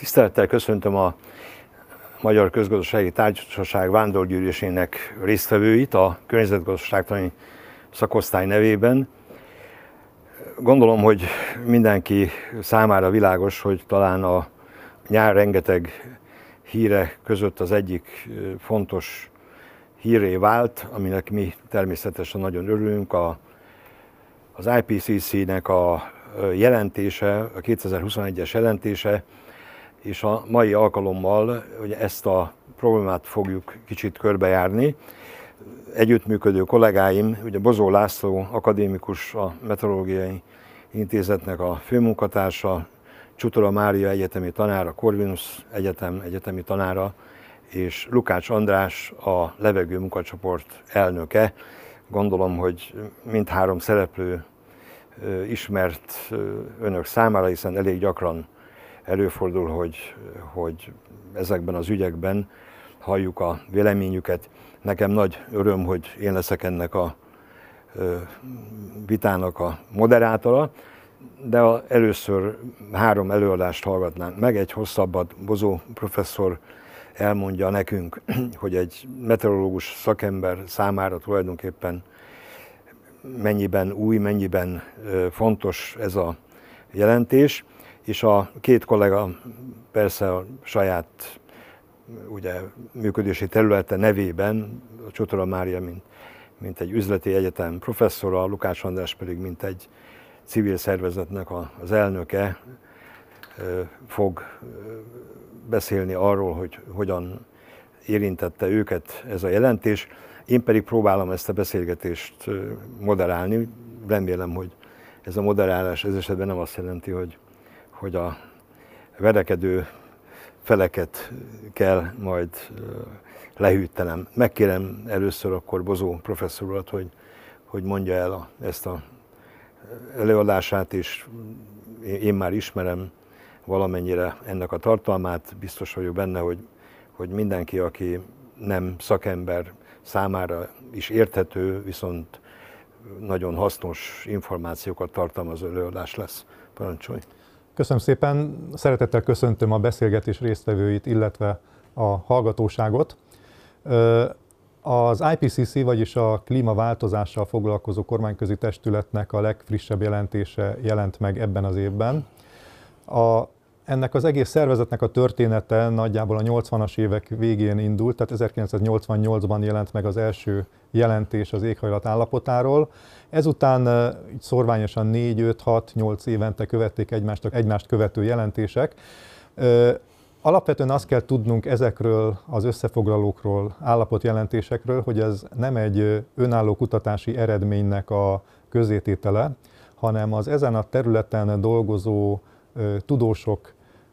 Tisztelettel köszöntöm a Magyar Közgazdasági Társaság vándorgyűlésének résztvevőit a környezetgazdaságtani szakosztály nevében. Gondolom, hogy mindenki számára világos, hogy talán a nyár rengeteg híre között az egyik fontos hírré vált, aminek mi természetesen nagyon örülünk, az IPCC-nek a jelentése, a 2021-es jelentése, és a mai alkalommal hogy ezt a problémát fogjuk kicsit körbejárni. Együttműködő kollégáim, ugye Bozó László akadémikus, a Meteorológiai Intézetnek a főmunkatársa, Csutora Mária egyetemi tanára, Corvinus Egyetem egyetemi tanára, és Lukács András, a levegő munkacsoport elnöke. Gondolom, hogy mindhárom szereplő ismert önök számára, hiszen elég gyakran előfordul, hogy ezekben az ügyekben halljuk a véleményüket. Nekem nagy öröm, hogy én leszek ennek a vitának a moderátora, de először 3 előadást hallgatnánk meg, egy hosszabbat. Bozó professzor elmondja nekünk, hogy egy meteorológus szakember számára tulajdonképpen mennyiben új, mennyiben fontos ez a jelentés, és a 2 kollega persze a saját működési területe nevében, a Csutora Mária, mint egy üzleti egyetem professzora, Lukács András pedig, mint egy civil szervezetnek az elnöke, fog beszélni arról, hogy hogyan érintette őket ez a jelentés. Én pedig próbálom ezt a beszélgetést moderálni. Remélem, hogy ez a moderálás ez esetben nem azt jelenti, hogy a verekedő feleket kell majd lehűtenem. Megkérem először akkor Bozó professzor urat, hogy mondja el ezt a előadását, és én már ismerem valamennyire ennek a tartalmát. Biztos vagyok benne, hogy mindenki, aki nem szakember, számára is érthető, viszont nagyon hasznos információkat tartalmazó előadás lesz. Parancsolj! Köszönöm szépen, szeretettel köszöntöm a beszélgetés résztvevőit, illetve a hallgatóságot. Az IPCC, vagyis a klímaváltozással foglalkozó kormányközi testületnek a legfrissebb jelentése jelent meg ebben az évben. Ennek az egész szervezetnek a története nagyjából a 80-as évek végén indult, tehát 1988-ban jelent meg az első jelentés az éghajlat állapotáról. Ezután így szorványosan 4-5-6-8 évente követték egymást követő jelentések. Alapvetően azt kell tudnunk ezekről az összefoglalókról, állapotjelentésekről, hogy ez nem egy önálló kutatási eredménynek a közzététele, hanem az ezen a területen dolgozó tudósok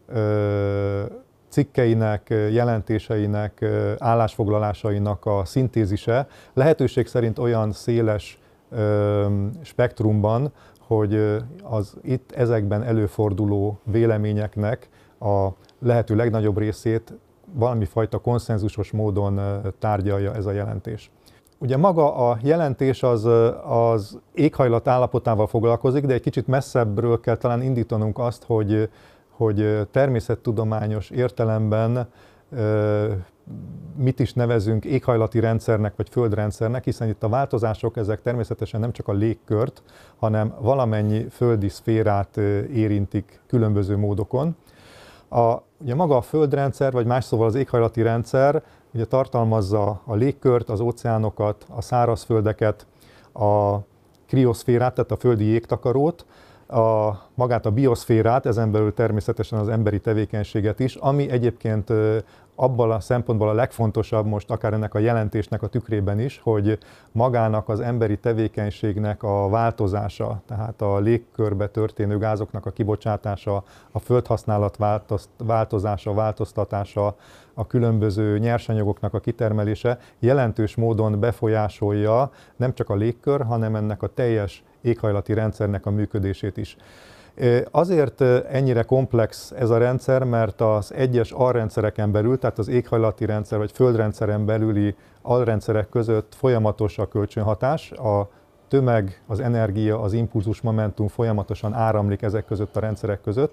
cikkeinek, jelentéseinek, állásfoglalásainak a szintézise, lehetőség szerint olyan széles spektrumban, hogy az itt ezekben előforduló véleményeknek a lehető legnagyobb részét valami fajta konszenzusos módon tárgyalja ez a jelentés. Ugye maga a jelentés az éghajlat állapotával foglalkozik, de egy kicsit messzebbről kell talán indítanunk azt, hogy természettudományos értelemben mit is nevezünk éghajlati rendszernek vagy földrendszernek, hiszen itt a változások ezek természetesen nem csak a légkört, hanem valamennyi földi szférát érintik különböző módokon. Ugye maga a földrendszer, vagy más szóval az éghajlati rendszer ugye tartalmazza a légkört, az óceánokat, a szárazföldeket, a krioszférát, tehát a földi jégtakarót, magát a bioszférát, ezen belül természetesen az emberi tevékenységet is, ami egyébként abban a szempontból a legfontosabb most akár ennek a jelentésnek a tükrében is, hogy magának az emberi tevékenységnek a változása, tehát a légkörbe történő gázoknak a kibocsátása, a földhasználat változása, változtatása, a különböző nyersanyagoknak a kitermelése jelentős módon befolyásolja nem csak a légkör, hanem ennek a teljes éghajlati rendszernek a működését is. Azért ennyire komplex ez a rendszer, mert az egyes alrendszereken belül, tehát az éghajlati rendszer vagy földrendszeren belüli alrendszerek között folyamatos a kölcsönhatás, a tömeg, az energia, az impulzus momentum folyamatosan áramlik ezek között a rendszerek között,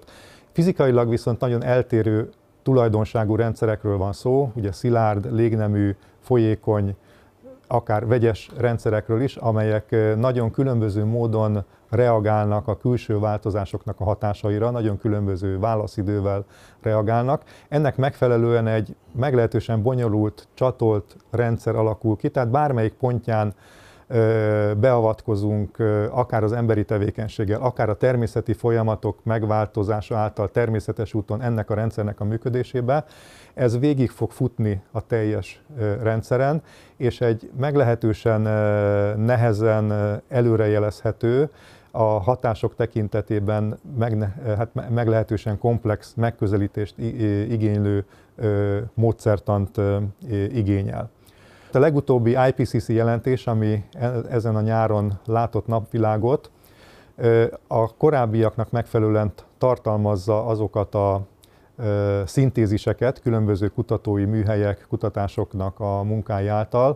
Fizikailag viszont nagyon eltérő tulajdonságú rendszerekről van szó, ugye szilárd, légnemű, folyékony, akár vegyes rendszerekről is, amelyek nagyon különböző módon reagálnak a külső változásoknak a hatásaira, nagyon különböző válaszidővel reagálnak. Ennek megfelelően egy meglehetősen bonyolult, csatolt rendszer alakul ki, tehát bármelyik pontján beavatkozunk akár az emberi tevékenységgel, akár a természeti folyamatok megváltozása által természetes úton ennek a rendszernek a működésébe, ez végig fog futni a teljes rendszeren, és egy meglehetősen nehezen előrejelezhető, a hatások tekintetében meglehetősen komplex megközelítést igénylő módszertant igényel. A legutóbbi IPCC jelentés, ami ezen a nyáron látott napvilágot, a korábbiaknak megfelelően tartalmazza azokat a szintéziseket, különböző kutatói műhelyek, kutatásoknak a munkái által,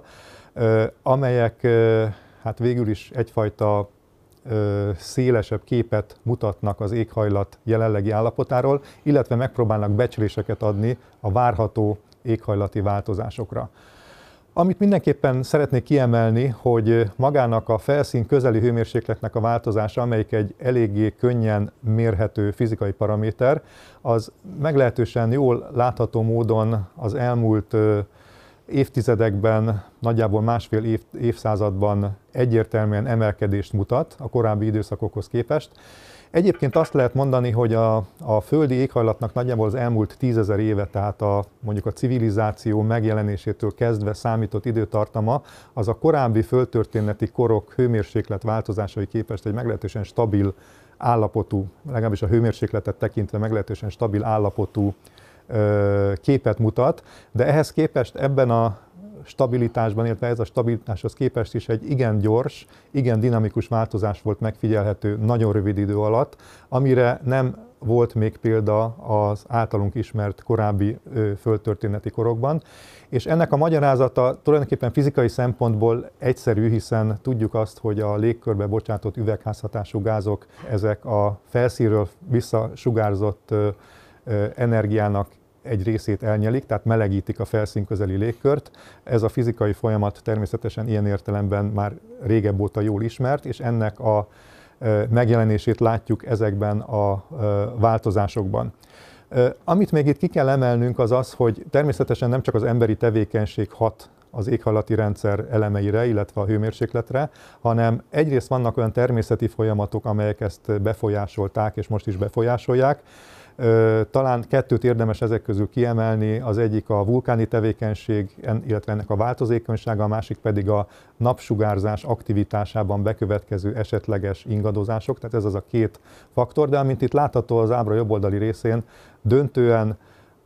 amelyek hát végül is egyfajta szélesebb képet mutatnak az éghajlat jelenlegi állapotáról, illetve megpróbálnak becsléseket adni a várható éghajlati változásokra. Amit mindenképpen szeretnék kiemelni, hogy magának a felszín közeli hőmérsékletnek a változása, amelyik egy eléggé könnyen mérhető fizikai paraméter, az meglehetősen jól látható módon az elmúlt évtizedekben, nagyjából másfél évszázadban egyértelműen emelkedést mutat a korábbi időszakokhoz képest. Egyébként azt lehet mondani, hogy a földi éghajlatnak nagyjából az elmúlt 10 000 éve, tehát mondjuk a civilizáció megjelenésétől kezdve számított időtartama, az a korábbi földtörténeti korok hőmérséklet változásai képest egy meglehetősen stabil állapotú, legalábbis a hőmérsékletet tekintve meglehetősen stabil állapotú képet mutat, de ehhez képest ebben a stabilitásban, illetve ez a stabilitáshoz képest is egy igen gyors, igen dinamikus változás volt megfigyelhető nagyon rövid idő alatt, amire nem volt még példa az általunk ismert korábbi földtörténeti korokban. És ennek a magyarázata tulajdonképpen fizikai szempontból egyszerű, hiszen tudjuk azt, hogy a légkörbe bocsátott üvegházhatású gázok, ezek a felszínről visszasugárzott energiának egy részét elnyelik, tehát melegítik a felszín közeli légkört. Ez a fizikai folyamat természetesen ilyen értelemben már régebb óta jól ismert, és ennek a megjelenését látjuk ezekben a változásokban. Amit még itt ki kell emelnünk az az, hogy természetesen nem csak az emberi tevékenység hat az éghajlati rendszer elemeire, illetve a hőmérsékletre, hanem egyrészt vannak olyan természeti folyamatok, amelyek ezt befolyásolták és most is befolyásolják. Talán kettőt érdemes ezek közül kiemelni, az egyik a vulkáni tevékenység, illetve ennek a változékonysága, a másik pedig a napsugárzás aktivitásában bekövetkező esetleges ingadozások, tehát ez az a két faktor, de amint itt látható az ábra jobboldali részén, döntően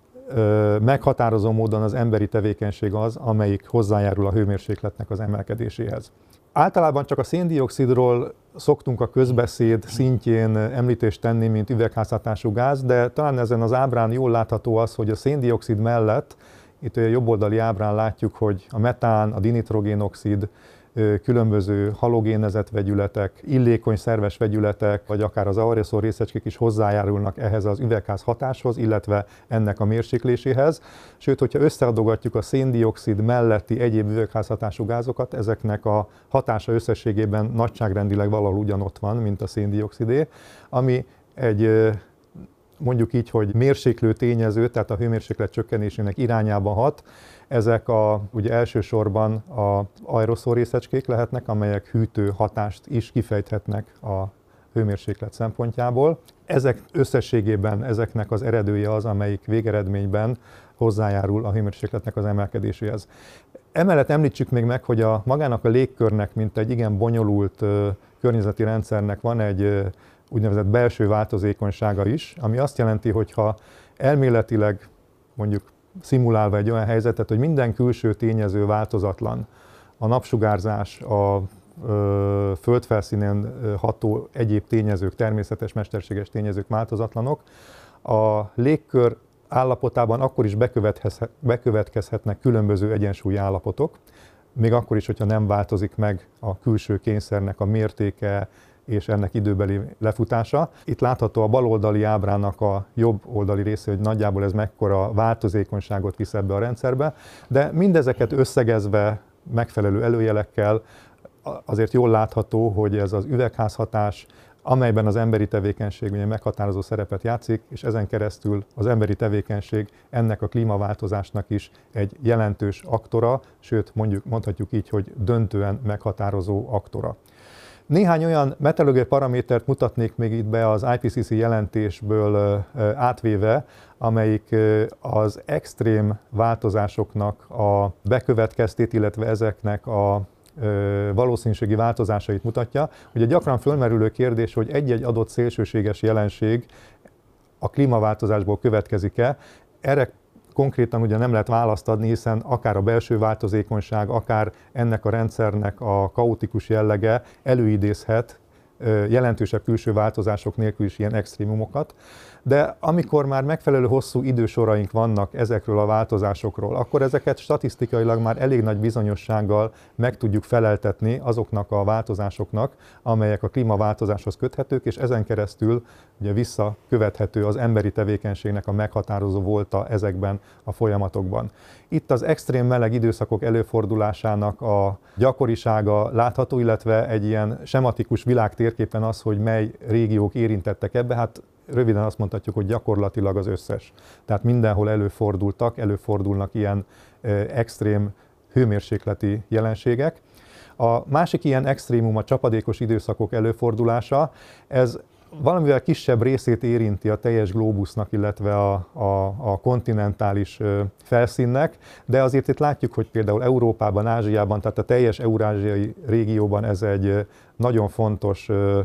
meghatározó módon az emberi tevékenység az, amelyik hozzájárul a hőmérsékletnek az emelkedéséhez. Általában csak a széndioxidról szoktunk a közbeszéd szintjén említést tenni, mint üvegházhatású gáz, de talán ezen az ábrán jól látható az, hogy a széndioxid mellett, itt a jobboldali ábrán látjuk, hogy a metán, a dinitrogénoxid, különböző halogénezett vegyületek, illékony szerves vegyületek, vagy akár az aerozol részecskék is hozzájárulnak ehhez az üvegház hatáshoz, illetve ennek a mérsékléséhez. Sőt, hogyha összeadogatjuk a széndioxid melletti egyéb üvegházhatású gázokat, ezeknek a hatása összességében nagyságrendileg valahol ugyanott van, mint a széndioxidé, ami egy mondjuk így, hogy mérséklő tényező, tehát a hőmérséklet csökkenésének irányába hat. Ezek ugye elsősorban az aeroszol részecskék lehetnek, amelyek hűtő hatást is kifejthetnek a hőmérséklet szempontjából. Ezek összességében ezeknek az eredője az, amelyik végeredményben hozzájárul a hőmérsékletnek az emelkedéséhez. Emellett említsük még meg, hogy magának a légkörnek, mint egy igen bonyolult környezeti rendszernek van egy úgynevezett belső változékonysága is, ami azt jelenti, hogy ha elméletileg mondjuk szimulálva egy olyan helyzetet, hogy minden külső tényező változatlan, a napsugárzás, a földfelszínen ható egyéb tényezők, természetes, mesterséges tényezők változatlanok, a légkör állapotában akkor is bekövetkezhetnek különböző egyensúlyi állapotok, még akkor is, hogyha nem változik meg a külső kényszernek a mértéke, és ennek időbeli lefutása. Itt látható a baloldali ábrának a jobb oldali része, hogy nagyjából ez mekkora változékonyságot visz ebbe a rendszerbe, de mindezeket összegezve megfelelő előjelekkel azért jól látható, hogy ez az üvegházhatás, amelyben az emberi tevékenység ugye meghatározó szerepet játszik, és ezen keresztül az emberi tevékenység ennek a klímaváltozásnak is egy jelentős aktora, sőt mondhatjuk így, hogy döntően meghatározó aktora. Néhány olyan meteorológiai paramétert mutatnék még itt be az IPCC jelentésből átvéve, amelyik az extrém változásoknak a bekövetkeztét, illetve ezeknek a valószínűségi változásait mutatja. Ugye gyakran fölmerülő kérdés, hogy egy-egy adott szélsőséges jelenség a klímaváltozásból következik-e. Erre konkrétan ugye nem lehet választ adni, hiszen akár a belső változékonyság, akár ennek a rendszernek a kaotikus jellege előidézhet jelentősebb külső változások nélkül is ilyen extrémumokat. De amikor már megfelelő hosszú idősoraink vannak ezekről a változásokról, akkor ezeket statisztikailag már elég nagy bizonyossággal meg tudjuk feleltetni azoknak a változásoknak, amelyek a klímaváltozáshoz köthetők, és ezen keresztül ugye visszakövethető az emberi tevékenységnek a meghatározó volta ezekben a folyamatokban. Itt az extrém meleg időszakok előfordulásának a gyakorisága látható, illetve egy ilyen sematikus világtérképen az, hogy mely régiók érintettek ebbe, hát röviden azt mondhatjuk, hogy gyakorlatilag az összes. Tehát mindenhol előfordulnak ilyen extrém hőmérsékleti jelenségek. A másik ilyen extrémum a csapadékos időszakok előfordulása. Ez valamivel kisebb részét érinti a teljes glóbusznak, illetve a kontinentális felszínnek, de azért itt látjuk, hogy például Európában, Ázsiában, tehát a teljes eurázsiai régióban ez egy nagyon fontos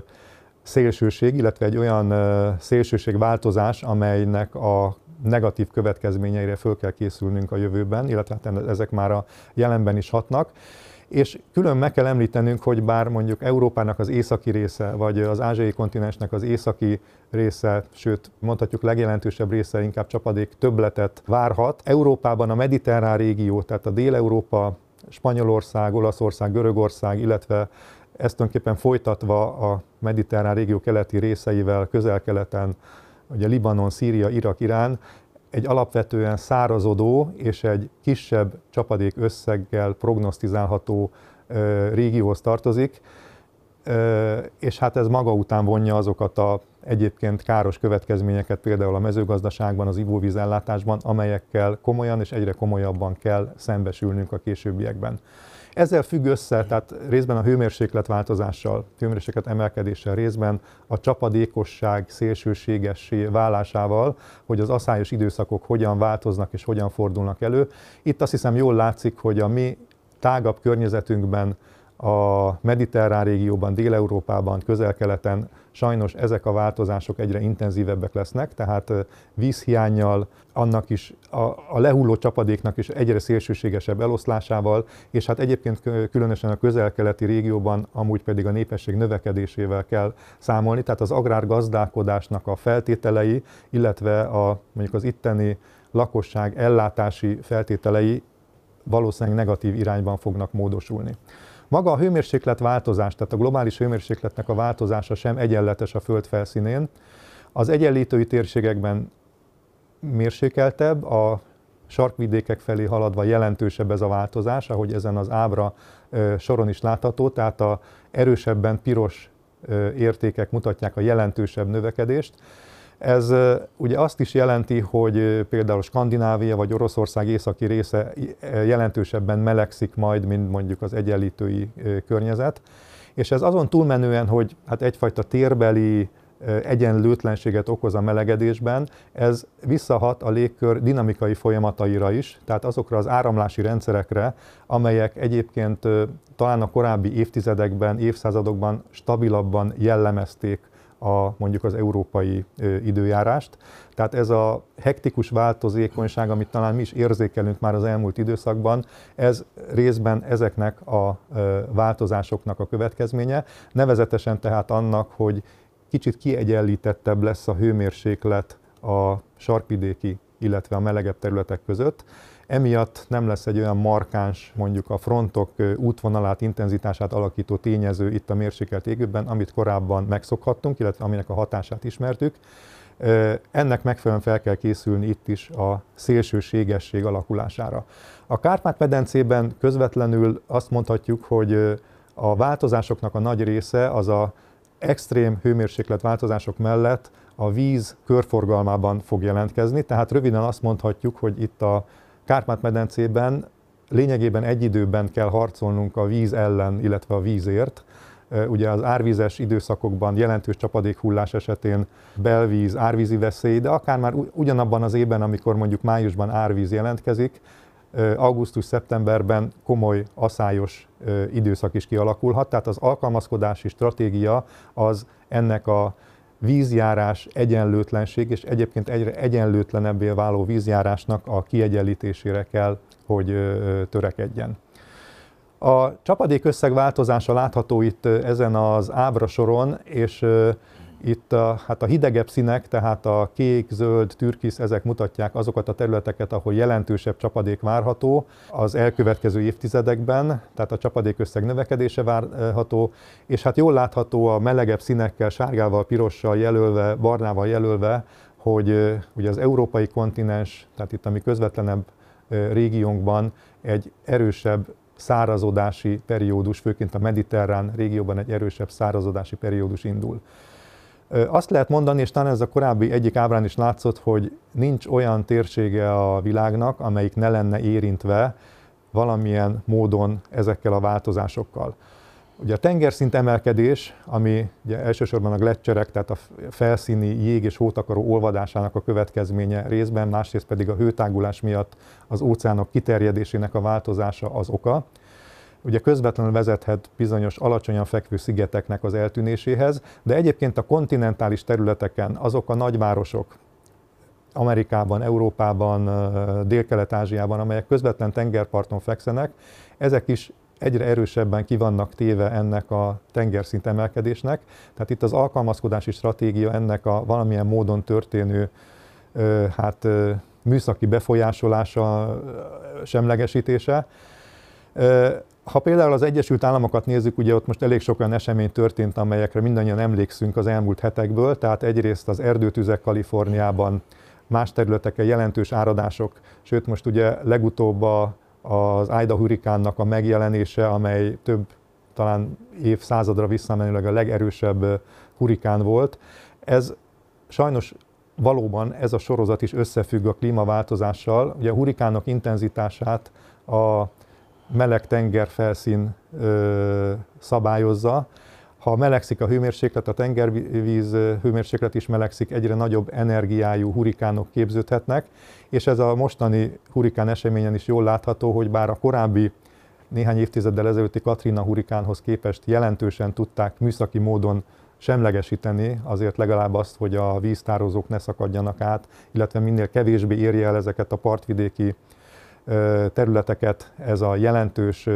szélsőség, illetve egy olyan szélsőségváltozás, amelynek a negatív következményeire föl kell készülnünk a jövőben, illetve ezek már a jelenben is hatnak. És külön meg kell említenünk, hogy bár mondjuk Európának az északi része, vagy az ázsiai kontinensnek az északi része, sőt mondhatjuk legjelentősebb része inkább csapadék többletet várhat, Európában a mediterrán régió, tehát a Dél-Európa, Spanyolország, Olaszország, Görögország, illetve ezt tulajdonképpen folytatva a mediterrán régió keleti részeivel, közel-keleten, ugye Libanon, Szíria, Irak, Irán, egy alapvetően szárazodó és egy kisebb csapadék összeggel prognosztizálható régióhoz tartozik, és hát ez maga után vonja azokat a egyébként káros következményeket például a mezőgazdaságban, az ivóvízellátásban, amelyekkel komolyan és egyre komolyabban kell szembesülnünk a későbbiekben. Ezzel függ össze, tehát részben a hőmérsékletváltozással, hőmérséklet emelkedéssel, részben a csapadékosság szélsőségessé válásával, hogy az aszályos időszakok hogyan változnak és hogyan fordulnak elő. Itt azt hiszem jól látszik, hogy a mi tágabb környezetünkben, a mediterrán régióban, Dél-Európában, Közel-Keleten sajnos ezek a változások egyre intenzívebbek lesznek, tehát vízhiánnyal, annak is a lehulló csapadéknak is egyre szélsőségesebb eloszlásával, és hát egyébként különösen a közel-keleti régióban amúgy pedig a népesség növekedésével kell számolni, tehát az agrárgazdálkodásnak a feltételei, illetve mondjuk az itteni lakosság ellátási feltételei valószínűleg negatív irányban fognak módosulni. Maga a hőmérséklet változás, tehát a globális hőmérsékletnek a változása sem egyenletes a Föld felszínén. Az egyenlítői térségekben mérsékeltebb, a sarkvidékek felé haladva jelentősebb ez a változás, ahogy ezen az ábra soron is látható, tehát a erősebben piros értékek mutatják a jelentősebb növekedést. Ez ugye azt is jelenti, hogy például Skandinávia vagy Oroszország északi része jelentősebben melegszik majd, mint mondjuk az egyenlítői környezet. És ez azon túlmenően, hogy hát egyfajta térbeli egyenlőtlenséget okoz a melegedésben, ez visszahat a légkör dinamikai folyamataira is, tehát azokra az áramlási rendszerekre, amelyek egyébként talán a korábbi évtizedekben, évszázadokban stabilabban jellemezték mondjuk az európai időjárást. Tehát ez a hektikus változékonyság, amit talán mi is érzékelünk már az elmúlt időszakban, ez részben ezeknek a változásoknak a következménye, nevezetesen tehát annak, hogy kicsit kiegyenlítettebb lesz a hőmérséklet a sarkvidéki, illetve a melegebb területek között. Emiatt nem lesz egy olyan markáns, mondjuk a frontok útvonalát, intenzitását alakító tényező itt a mérsékelt égőben, amit korábban megszokhattunk, illetve aminek a hatását ismertük. Ennek megfelelően fel kell készülni itt is a szélsőségesség alakulására. A Kárpát-medencében közvetlenül azt mondhatjuk, hogy a változásoknak a nagy része az a extrém hőmérséklet változások mellett a víz körforgalmában fog jelentkezni, tehát röviden azt mondhatjuk, hogy itt a Kárpát-medencében lényegében egy időben kell harcolnunk a víz ellen, illetve a vízért. Ugye az árvízes időszakokban jelentős csapadékhullás esetén belvíz, árvízi veszély, de akár már ugyanabban az évben, amikor mondjuk májusban árvíz jelentkezik, augusztus-szeptemberben komoly aszályos időszak is kialakulhat, tehát az alkalmazkodási stratégia az ennek a vízjárás egyenlőtlenség és egyébként egyre egyenlőtlenebbé váló vízjárásnak a kiegyenlítésére kell, hogy törekedjen. A csapadék összeg változása látható itt ezen az ábrasoron, és itt a hidegebb színek, tehát a kék, zöld, türkisz, ezek mutatják azokat a területeket, ahol jelentősebb csapadék várható az elkövetkező évtizedekben, tehát a csapadékösszeg növekedése várható, és hát jól látható a melegebb színekkel, sárgával, pirossal jelölve, barnával jelölve, hogy ugye az európai kontinens, tehát itt a mi közvetlenebb régiónkban egy erősebb szárazodási periódus, főként a mediterrán régióban egy erősebb szárazodási periódus indul. Azt lehet mondani, és talán ez a korábbi egyik ábrán is látszott, hogy nincs olyan térsége a világnak, amelyik ne lenne érintve valamilyen módon ezekkel a változásokkal. Ugye a tengerszint emelkedés, ami ugye elsősorban a gleccserek, tehát a felszíni jég és hótakaró olvadásának a következménye részben, másrészt pedig a hőtágulás miatt az óceánok kiterjedésének a változása az oka. Ugye közvetlenül vezethet bizonyos alacsonyan fekvő szigeteknek az eltűnéséhez, de egyébként a kontinentális területeken azok a nagyvárosok, Amerikában, Európában, Dél-Kelet-Ázsiában, amelyek közvetlen tengerparton fekszenek, ezek is egyre erősebben ki vannak téve ennek a tengerszint emelkedésnek. Tehát itt az alkalmazkodási stratégia ennek a valamilyen módon történő műszaki befolyásolása, semlegesítése. Ha például az Egyesült Államokat nézzük, ugye ott most elég sok olyan esemény történt, amelyekre mindannyian emlékszünk az elmúlt hetekből, tehát egyrészt az erdőtüzek Kaliforniában, más területeken jelentős áradások, sőt most ugye legutóbb az Ida hurrikánnak a megjelenése, amely több talán évszázadra visszamenőleg a legerősebb hurrikán volt. Ez sajnos valóban ez a sorozat is összefügg a klímaváltozással. Ugye a hurrikánok intenzitását a meleg tengerfelszín szabályozza. Ha melegszik a hőmérséklet, a tengervíz hőmérséklet is melegszik, egyre nagyobb energiájú hurrikánok képződhetnek, és ez a mostani hurrikán eseményen is jól látható, hogy bár a korábbi néhány évtizeddel ezelőtti Katrina hurrikánhoz képest jelentősen tudták műszaki módon semlegesíteni, azért legalább azt, hogy a víztározók ne szakadjanak át, illetve minél kevésbé érje el ezeket a partvidéki területeket ez a jelentős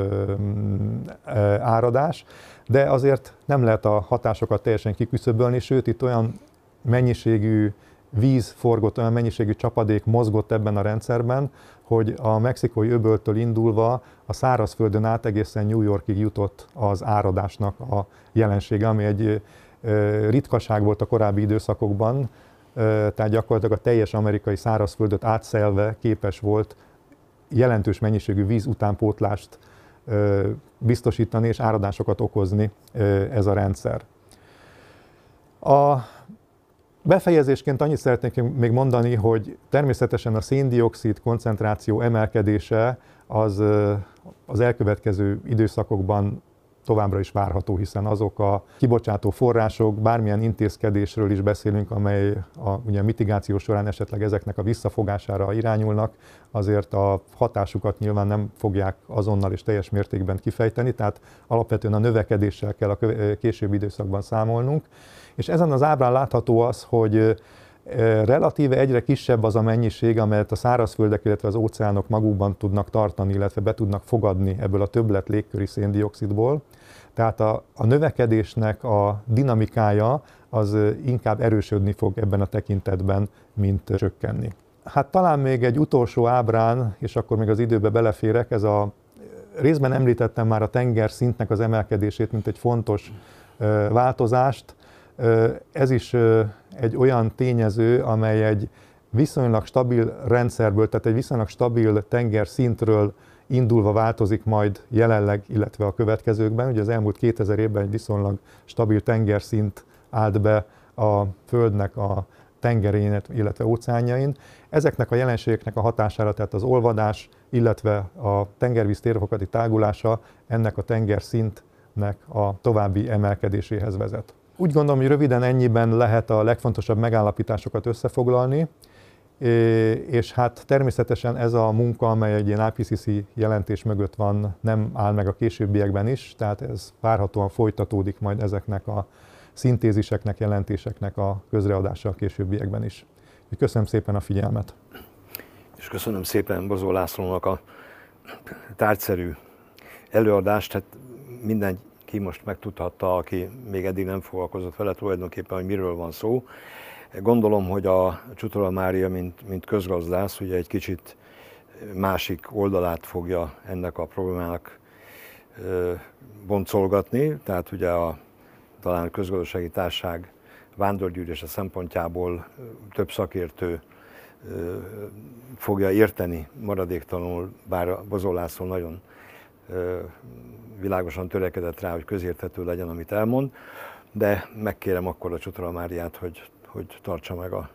áradás, de azért nem lehet a hatásokat teljesen kiküszöbölni, sőt itt olyan mennyiségű víz forgott, olyan mennyiségű csapadék mozgott ebben a rendszerben, hogy a mexikói öböltől indulva a szárazföldön át egészen New Yorkig jutott az áradásnak a jelensége, ami egy ritkaság volt a korábbi időszakokban, tehát gyakorlatilag a teljes amerikai szárazföldet átszelve képes volt jelentős mennyiségű víz utánpótlást biztosítani és áradásokat okozni ez a rendszer. A befejezésként annyit szeretnék még mondani, hogy természetesen a szén-dioxid koncentráció emelkedése az elkövetkező időszakokban továbbra is várható, hiszen azok a kibocsátó források, bármilyen intézkedésről is beszélünk, amely ugye mitigáció során esetleg ezeknek a visszafogására irányulnak, azért a hatásukat nyilván nem fogják azonnal és teljes mértékben kifejteni, tehát alapvetően a növekedéssel kell a későbbi időszakban számolnunk. És ezen az ábrán látható az, hogy relatíve egyre kisebb az a mennyiség, amelyet a szárazföldek, illetve az óceánok magukban tudnak tartani, illetve be tudnak fogadni ebből a többlet légköri szén-dioxidból. Tehát a növekedésnek a dinamikája az inkább erősödni fog ebben a tekintetben, mint csökkenni. Hát talán még egy utolsó ábrán, és akkor még az időbe beleférek, ez a részben említettem már a tengerszintnek az emelkedését, mint egy fontos változást. Ez is egy olyan tényező, amely egy viszonylag stabil rendszerből, tehát egy viszonylag stabil tengerszintről indulva változik majd jelenleg, illetve a következőkben. Ugye az elmúlt 2000 évben egy viszonylag stabil tengerszint állt be a Földnek a tengerén, illetve óceánjain. Ezeknek a jelenségeknek a hatására, tehát az olvadás, illetve a tengervíz térfokati tágulása ennek a tengerszintnek a további emelkedéséhez vezet. Úgy gondolom, hogy röviden ennyiben lehet a legfontosabb megállapításokat összefoglalni, és hát természetesen ez a munka, amely egy ilyen IPCC jelentés mögött van, nem áll meg a későbbiekben is, tehát ez várhatóan folytatódik majd ezeknek a szintéziseknek, jelentéseknek a közreadása a későbbiekben is. Köszönöm szépen a figyelmet. És köszönöm szépen Bozó Lászlónak a tárgyszerű előadást. Hát mindenki most megtudhatta, aki még eddig nem foglalkozott vele tulajdonképpen, hogy miről van szó. Gondolom, hogy a Csutola Mária, mint közgazdász, ugye egy kicsit másik oldalát fogja ennek a problémának boncolgatni, tehát ugye talán a közgazdasági társaság vándorgyűlése szempontjából több szakértő fogja érteni maradéktalanul, bár a Bozó László nagyon világosan törekedett rá, hogy közérthető legyen, amit elmond, de megkérem akkor a Csutola Máriát, hogy tartsa meg a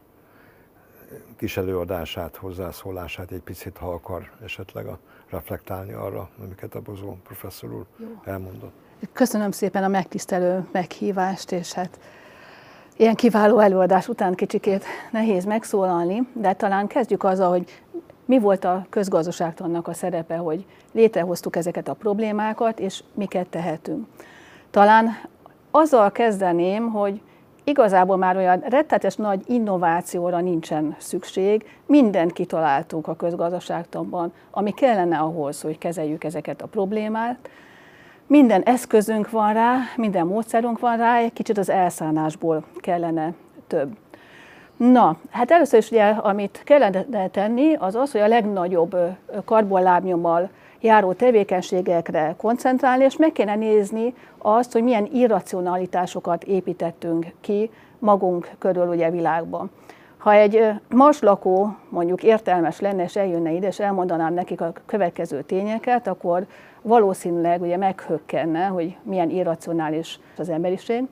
kis előadását, hozzászólását egy picit, ha akar esetleg reflektálni arra, amiket a Bozó professzor úr elmondott. Köszönöm szépen a megtisztelő meghívást, és hát ilyen kiváló előadás után kicsikét nehéz megszólalni, de talán kezdjük azzal, hogy mi volt a közgazdaságtannak a szerepe, hogy létrehoztuk ezeket a problémákat, és miket tehetünk. Talán azzal kezdeném, hogy igazából már olyan rettenetes nagy innovációra nincsen szükség, mindent kitaláltunk a közgazdaságtanban, ami kellene ahhoz, hogy kezeljük ezeket a problémát. Minden eszközünk van rá, minden módszerünk van rá, egy kicsit az elszánásból kellene több. Na, hát először is ugye, amit kellene tenni, az az, hogy a legnagyobb karbonlábnyommal járó tevékenységekre koncentrálni, és meg kéne nézni azt, hogy milyen irracionalitásokat építettünk ki magunk körül ugye a világban. Ha egy marslakó mondjuk értelmes lenne, és eljönne ide, és elmondanám nekik a következő tényeket, akkor valószínűleg ugye meghökkenne, hogy milyen irracionális az emberiség.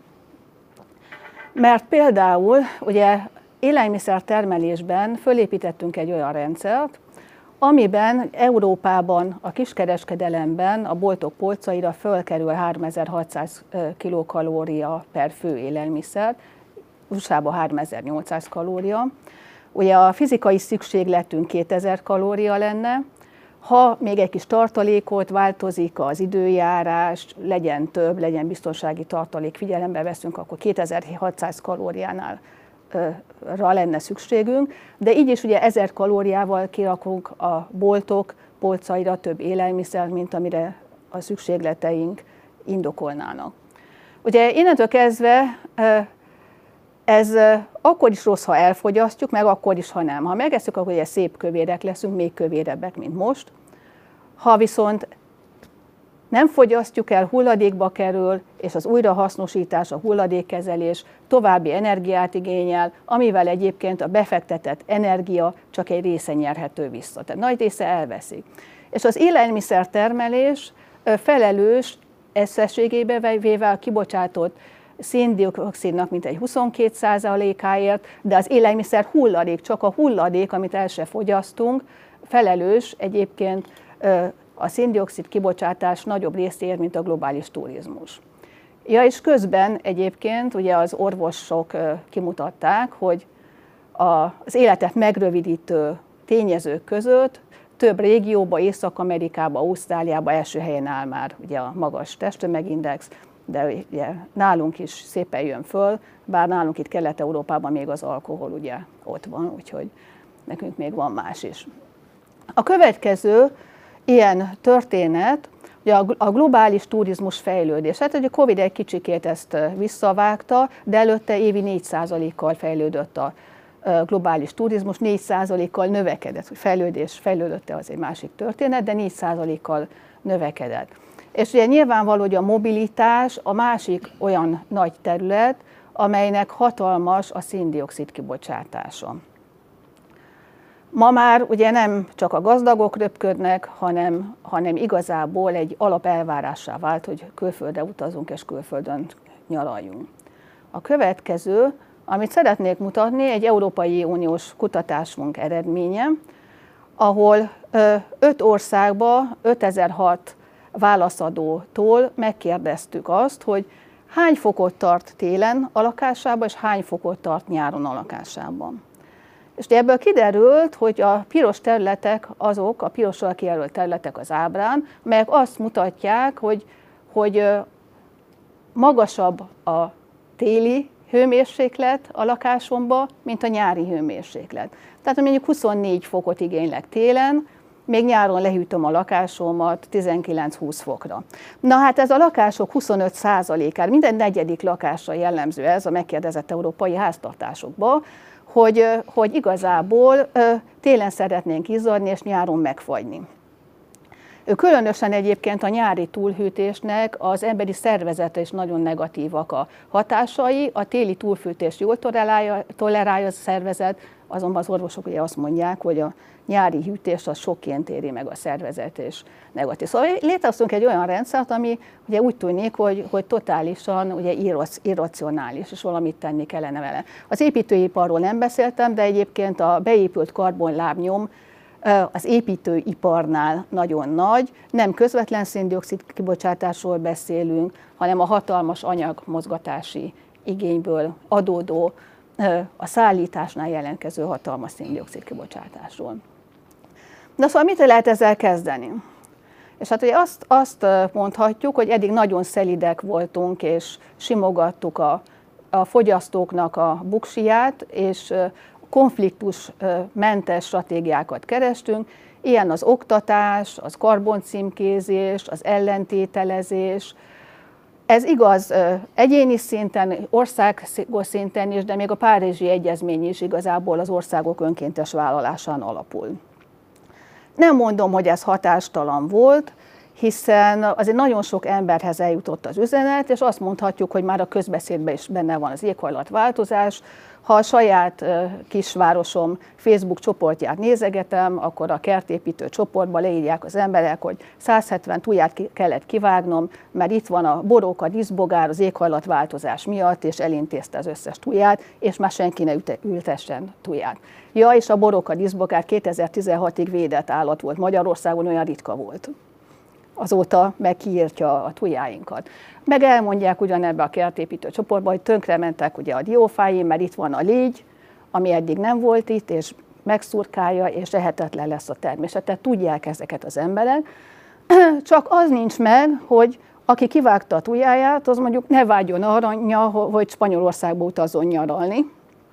Mert például ugye élelmiszertermelésben fölépítettünk egy olyan rendszert, amiben Európában a kiskereskedelemben a boltok polcaira fölkerül 3600 kilokalória per fő élelmiszer, USA-ban 3800 kalória. Ugye a fizikai szükségletünk 2000 kalória lenne, ha még egy kis tartalékot, változik az időjárás, legyen több, legyen biztonsági tartalék, figyelembe veszünk, akkor 2600 kalóriánál lenne szükségünk, de így is ugye 1000 kalóriával kirakunk a boltok polcaira több élelmiszer, mint amire a szükségleteink indokolnának. Ugye innentől kezdve ez akkor is rossz, ha elfogyasztjuk, meg akkor is, ha nem. Ha megesszük, akkor ugye szép kövérek leszünk, még kövérebbek, mint most. Ha viszont nem fogyasztjuk el, hulladékba kerül, és az újrahasznosítás, a hulladékkezelés további energiát igényel, amivel egyébként a befektetett energia csak egy része nyerhető vissza. Tehát nagy része elveszik. És az élelmiszertermelés felelős összességébe véve a kibocsátott szén-dioxidnak mintegy 22%-áért, de az élelmiszer hulladék, csak a hulladék, amit el se fogyasztunk, felelős egyébként a szén-dioxid kibocsátás nagyobb részéért, mint a globális turizmus. Ja, és közben egyébként ugye az orvosok kimutatták, hogy az életet megrövidítő tényezők között több régióban, Észak-Amerikában, Ausztráliában első helyen áll már ugye a magas testtömegindex, de ugye nálunk is szépen jön föl, bár nálunk itt Kelet-Európában még az alkohol ugye ott van, úgyhogy nekünk még van más is. A következő ilyen történet, ugye a globális turizmus fejlődés. Hát ugye a Covid egy kicsikét ezt visszavágta, de előtte évi 4%-kal fejlődött a globális turizmus 4%-kal növekedett, hogy fejlődött-e az egy másik történet, de 4%-kal növekedett. És ugye nyilvánvaló, hogy a mobilitás a másik olyan nagy terület, amelynek hatalmas a szén-dioxid kibocsátása. Ma már ugye nem csak a gazdagok röpködnek, hanem igazából egy alapelvárássá vált, hogy külföldre utazunk és külföldön nyaraljunk. A következő, amit szeretnék mutatni, egy Európai Uniós kutatásunk eredménye, ahol 5 országba 5006 válaszadótól megkérdeztük azt, hogy hány fokot tart télen a lakásában, és hány fokot tart nyáron a lakásában. És ebből kiderült, hogy a piros területek azok, a pirossal kijelölt területek az ábrán, melyek azt mutatják, hogy magasabb a téli hőmérséklet a lakásomba, mint a nyári hőmérséklet. Tehát mondjuk 24 fokot igénylek télen, még nyáron lehűtöm a lakásomat 19-20 fokra. Na hát ez a lakások 25%-ára, minden negyedik lakásra jellemző ez a megkérdezett európai háztartásokban, hogy igazából télen szeretnénk izzadni és nyáron megfagyni. Különösen egyébként a nyári túlhűtésnek az emberi szervezete is nagyon negatívak a hatásai, a téli túlfűtést jól tolerálja a szervezet, azonban az orvosok ugye azt mondják, hogy a nyári hűtés az sokként éri meg a szervezet és negatív. Szóval létrehoztunk egy olyan rendszert, ami ugye úgy tűnik, hogy totálisan ugye irracionális, és valamit tenni kellene vele. Az építőiparról nem beszéltem, de egyébként a beépült karbonlábnyom az építőiparnál nagyon nagy, nem közvetlen szén-dioxid kibocsátásról beszélünk, hanem a hatalmas anyagmozgatási igényből adódó, a szállításnál jelentkező hatalmas szén-dioxid kibocsátásról. Na szóval mit lehet ezzel kezdeni? És hát ugye azt mondhatjuk, hogy eddig nagyon szelidek voltunk, és simogattuk a fogyasztóknak a buksiját, és konfliktusmentes stratégiákat kerestünk. Ilyen az oktatás, az karboncímkézés, az ellentételezés. Ez igaz egyéni szinten, országos szinten is, de még a Párizsi Egyezmény is igazából az országok önkéntes vállalásán alapul. Nem mondom, hogy ez hatástalan volt, hiszen azért nagyon sok emberhez eljutott az üzenet, és azt mondhatjuk, hogy már a közbeszédben is benne van az éghajlatváltozás. Ha a saját kisvárosom Facebook csoportját nézegetem, akkor a kertépítő csoportban leírják az emberek, hogy 170 tuját kellett kivágnom, mert itt van a boróka díszbogár az éghajlatváltozás miatt, és elintézte az összes tuját, és már senki ne ültessen tuját. Ja, és a boróka díszbogár 2016-ig védett állat volt Magyarországon, olyan ritka volt. Azóta meg kiírtja a tujáinkat. Meg elmondják ugyanebbe a kertépítő csoportban, hogy tönkrementek ugye a diófáim, mert itt van a légy, ami eddig nem volt itt, és megszurkálja, és ehetetlen lesz a természet. Tehát tudják ezeket az emberek. Csak az nincs meg, hogy aki kivágta a tujáját, az mondjuk ne vágjon arra, hogy Spanyolországba utazzon nyaralni,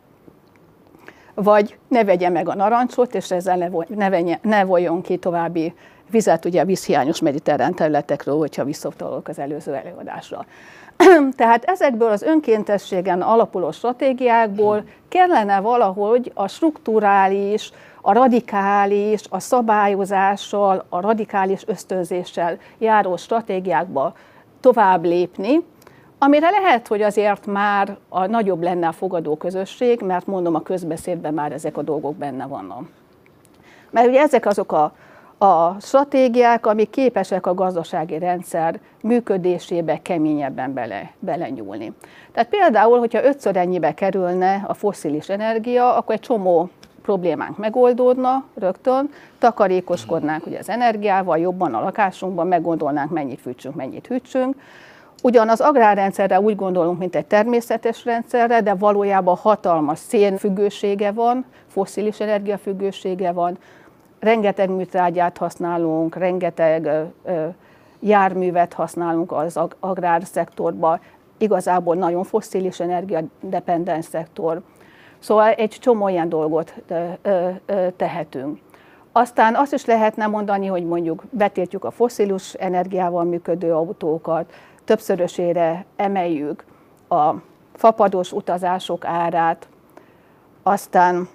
vagy ne vegye meg a narancsot, és ezzel ne vonjon ki további vizet ugye a vízhiányos mediterrán területekről, hogyha visszautalok az előző előadásra. Tehát ezekből az önkéntességen alapuló stratégiákból kellene valahogy a strukturális, a radikális, a szabályozással, a radikális ösztönzéssel járó stratégiákba tovább lépni, amire lehet, hogy azért már a nagyobb lenne a fogadó közösség, mert mondom, a közbeszédben már ezek a dolgok benne vannak. Mert ugye ezek azok a stratégiák, amik képesek a gazdasági rendszer működésébe keményebben belenyúlni. Tehát például, hogyha 5-ször ennyibe kerülne a fosszilis energia, akkor egy csomó problémánk megoldódna rögtön, takarékoskodnánk ugye az energiával, jobban a lakásunkban, meggondolnánk, mennyit fűtsünk, mennyit hűtsünk. Ugyan az agrárrendszerre úgy gondolunk, mint egy természetes rendszerre, de valójában hatalmas szénfüggősége van, fosszilis energiafüggősége van, rengeteg műtrágyát használunk, rengeteg járművet használunk az agrárszektorban, igazából nagyon fosszilis energiadependens szektor. Szóval egy csomó ilyen dolgot tehetünk. Aztán azt is lehetne mondani, hogy mondjuk betiltjuk a fosszilis energiával működő autókat, többszörösére emeljük a fapados utazások árát, Aztán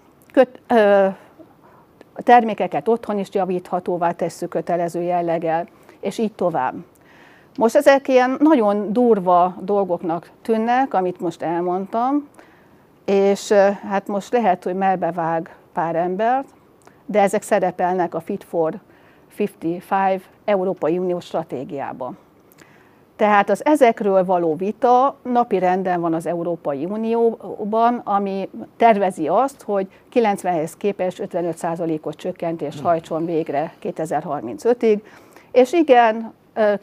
a termékeket otthon is javíthatóvá tesszük kötelező jelleggel, és így tovább. Most ezek ilyen nagyon durva dolgoknak tűnnek, amit most elmondtam, és hát most lehet, hogy melbevág pár embert, de ezek szerepelnek a Fit for 55 Európai Uniós stratégiába. Tehát az ezekről való vita napirenden van az Európai Unióban, ami tervezi azt, hogy 90-hez képest 55%-os csökkentést hajtson végre 2035-ig, és igen,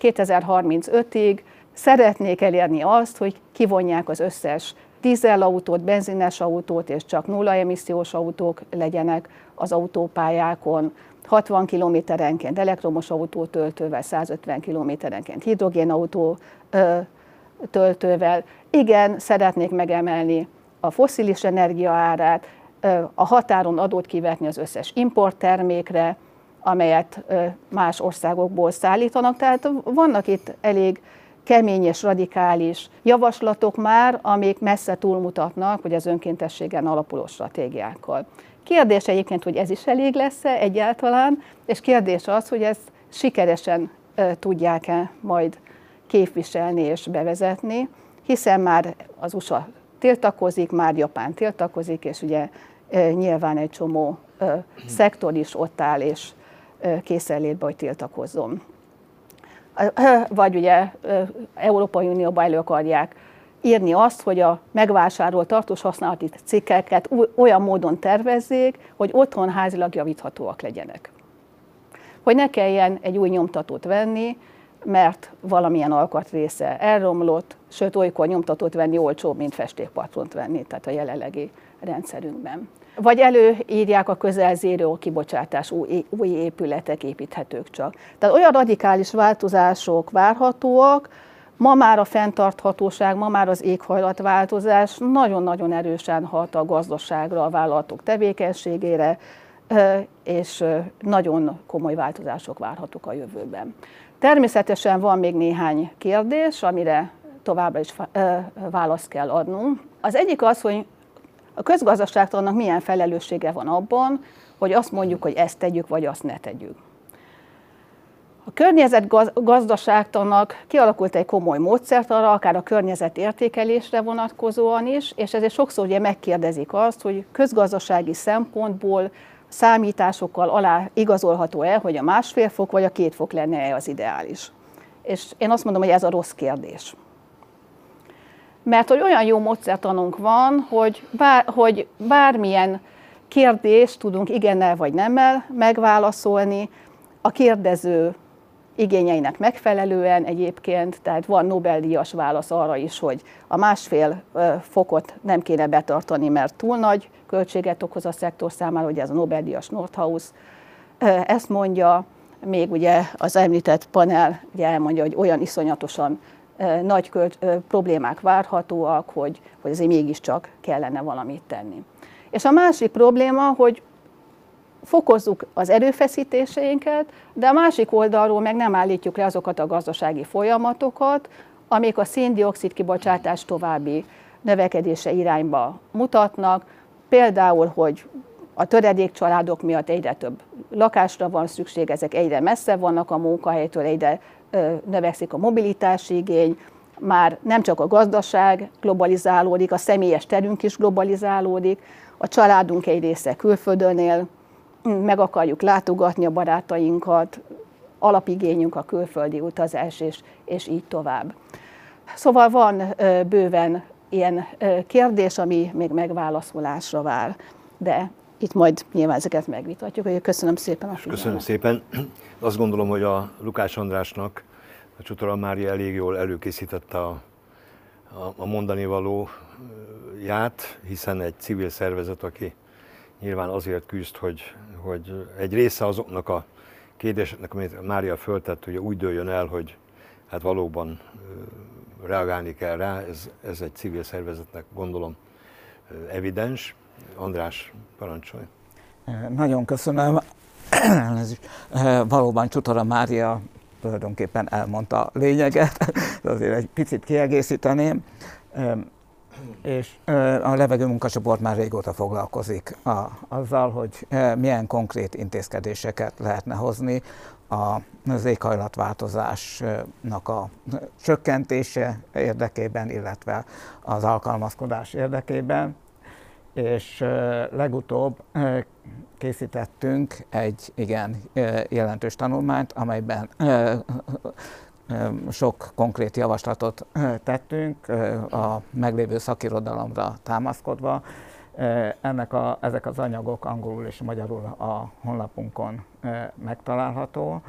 2035-ig szeretnék elérni azt, hogy kivonják az összes dízelautót, benzines autót, és csak nulla emissziós autók legyenek az autópályákon, 60 kilométerenként elektromos autótöltővel, 150 kilométerenként hidrogénautó töltővel. Igen, szeretnék megemelni a fosszilis energia árát, a határon adót kivetni az összes importtermékre, amelyet más országokból szállítanak. Tehát vannak itt elég kemény és radikális javaslatok már, amik messze túlmutatnak, hogy az önkéntességen alapuló stratégiákkal. Kérdés egyébként, hogy ez is elég lesz-e egyáltalán, és kérdés az, hogy ezt sikeresen tudják-e majd képviselni és bevezetni, hiszen már az USA tiltakozik, már Japán tiltakozik, és ugye nyilván egy csomó szektor is ott áll, és készenlétbe, hogy tiltakozzon. Vagy ugye Európai Unióban elő akarják írni azt, hogy a megvásárolt tartós használati cikkeket olyan módon tervezzék, hogy otthon házilag javíthatóak legyenek. Hogy ne kelljen egy új nyomtatót venni, mert valamilyen alkatrésze elromlott, sőt olykor nyomtatót venni olcsóbb, mint festékpatront venni, tehát a jelenlegi rendszerünkben. Vagy előírják a közel zéró kibocsátás új épületek építhetők csak. Tehát olyan radikális változások várhatóak, ma már a fenntarthatóság, ma már az éghajlatváltozás nagyon-nagyon erősen hat a gazdaságra, a vállalatok tevékenységére, és nagyon komoly változások várhatók a jövőben. Természetesen van még néhány kérdés, amire továbbra is választ kell adnunk. Az egyik az, hogy a közgazdaságtannak milyen felelőssége van abban, hogy azt mondjuk, hogy ezt tegyük, vagy azt ne tegyük. A környezetgazdaságtannak kialakult egy komoly módszert arra, akár a környezetértékelésre vonatkozóan is, és ezért sokszor ugye megkérdezik azt, hogy közgazdasági szempontból számításokkal alá igazolható-e, hogy a 1,5 fok vagy a 2 fok lenne-e az ideális. És én azt mondom, hogy ez a rossz kérdés. Mert hogy olyan jó módszertanunk van, hogy bármilyen kérdést tudunk igennel vagy nemmel megválaszolni, a kérdező igényeinek megfelelően egyébként, tehát van Nobel-díjas válasz arra is, hogy a 1,5 fokot nem kéne betartani, mert túl nagy költséget okoz a szektor számára, ugye ez a Nobel-díjas Nordhaus ezt mondja, még ugye az említett panel ugye elmondja, hogy olyan iszonyatosan nagy problémák várhatóak, hogy azért mégiscsak kellene valamit tenni. És a másik probléma, hogy fokozzuk az erőfeszítéseinket, de a másik oldalról meg nem állítjuk le azokat a gazdasági folyamatokat, amik a szén-dioxid kibocsátás további növekedése irányba mutatnak. Például, hogy a töredékcsaládok miatt egyre több lakásra van szükség, ezek egyre messzebb vannak a munkahelytől, egyre növekszik a mobilitási igény, már nem csak a gazdaság globalizálódik, a személyes terünk is globalizálódik, a családunk egy része külföldön él, meg akarjuk látogatni a barátainkat, alapigényünk a külföldi utazás, és így tovább. Szóval van bőven ilyen kérdés, ami még megválaszolásra vár, de itt majd nyilván ezeket megvitatjuk. Köszönöm szépen a figyelmet. Köszönöm szépen. Azt gondolom, hogy a Lukács Andrásnak a Csutora Mária elég jól előkészítette a mondani valóját, hiszen egy civil szervezet, aki nyilván azért küzd, hogy egy része azoknak a kérdéseknek, amit Mária föltett, hogy úgy dőljön el, hogy hát valóban reagálni kell rá, ez egy civil szervezetnek gondolom evidens. András, parancsolj! Nagyon köszönöm. Valóban Csutora Mária tulajdonképpen elmondta a lényeget, de azért egy picit kiegészíteném. és a levegőmunkacsoport már régóta foglalkozik azzal, hogy milyen konkrét intézkedéseket lehetne hozni az éghajlatváltozásnak a csökkentése érdekében, illetve az alkalmazkodás érdekében. És legutóbb készítettünk egy igen jelentős tanulmányt, amelyben sok konkrét javaslatot tettünk a meglévő szakirodalomra támaszkodva. Ezek az anyagok angolul és magyarul a honlapunkon megtalálható,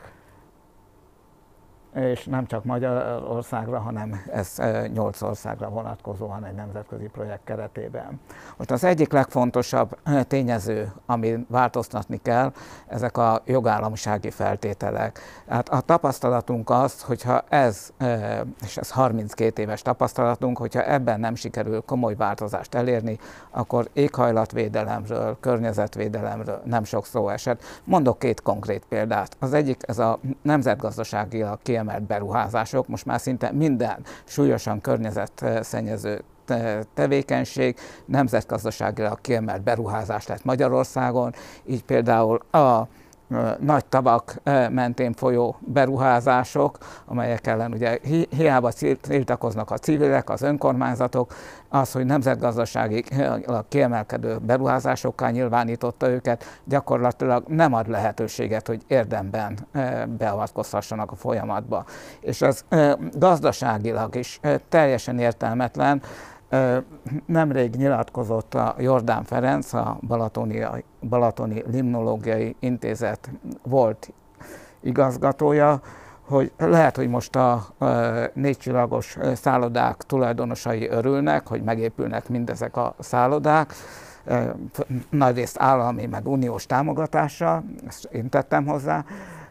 és nem csak Magyarországra, hanem ez 8 országra vonatkozóan egy nemzetközi projekt keretében. Most az egyik legfontosabb tényező, ami változtatni kell, ezek a jogállamisági feltételek. Hát a tapasztalatunk az, hogyha és ez 32 éves tapasztalatunk, hogyha ebben nem sikerül komoly változást elérni, akkor éghajlatvédelemről, környezetvédelemről nem sok szó esett. Mondok 2 konkrét példát. Az egyik, ez a nemzetgazdaságilag kiemelt beruházások. Most már szinte minden súlyosan környezetszennyező tevékenység nemzetgazdaságilag kiemelt beruházás lett Magyarországon, így például a nagy tavak mentén folyó beruházások, amelyek ellen ugye hiába tiltakoznak a civilek, az önkormányzatok, az, hogy nemzetgazdaságilag kiemelkedő beruházásokkal nyilvánította őket, gyakorlatilag nem ad lehetőséget, hogy érdemben beavatkozhassanak a folyamatba. És az gazdaságilag is teljesen értelmetlen. Nemrég nyilatkozott a Jordán Ferenc, a Balatoni Limnológiai Intézet volt igazgatója, hogy lehet, hogy most a 4 csillagos szállodák tulajdonosai örülnek, hogy megépülnek mindezek a szállodák, nagyrészt állami meg uniós támogatással, ezt én tettem hozzá,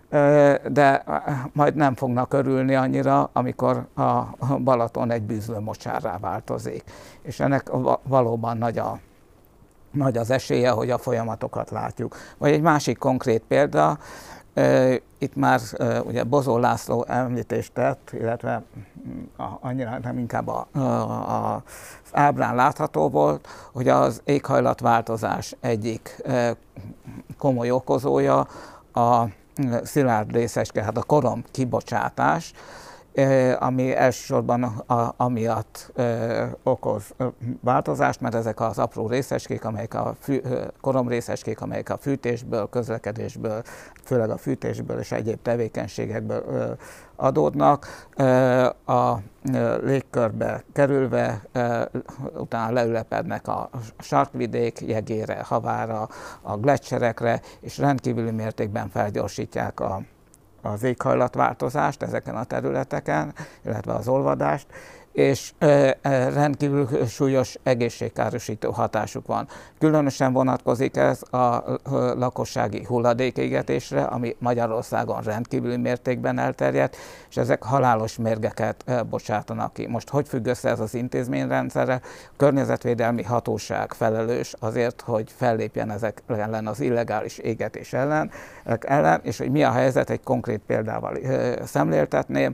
de majd nem fognak örülni annyira, amikor a Balaton egy bűzlőmocsárrá változik. És ennek valóban nagy az esélye, hogy a folyamatokat látjuk. Vagy egy másik konkrét példa, itt már ugye Bozó László említést tett, illetve annyira nem inkább az ábrán látható volt, hogy az éghajlatváltozás egyik komoly okozója a szilárd részecske, hát a korom kibocsátás, ami elsősorban amiatt okoz változást, mert ezek az apró részecskék, amelyek koromrészecskék, amelyek a fűtésből, közlekedésből, főleg a fűtésből és egyéb tevékenységekből adódnak, a légkörbe kerülve, utána leülepednek a sarkvidék jegére, havára, a gleccserekre, és rendkívüli mértékben felgyorsítják az éghajlatváltozást ezeken a területeken, illetve az olvadást, és rendkívül súlyos egészségkárosító hatásuk van. Különösen vonatkozik ez a lakossági hulladékégetésre, ami Magyarországon rendkívüli mértékben elterjedt, és ezek halálos mérgeket bocsátanak ki. Most hogy függ össze ez az intézményrendszerre? A környezetvédelmi hatóság felelős azért, hogy fellépjen ezek ellen, az illegális égetés ellen, és hogy mi a helyzet, egy konkrét példával szemléltetném.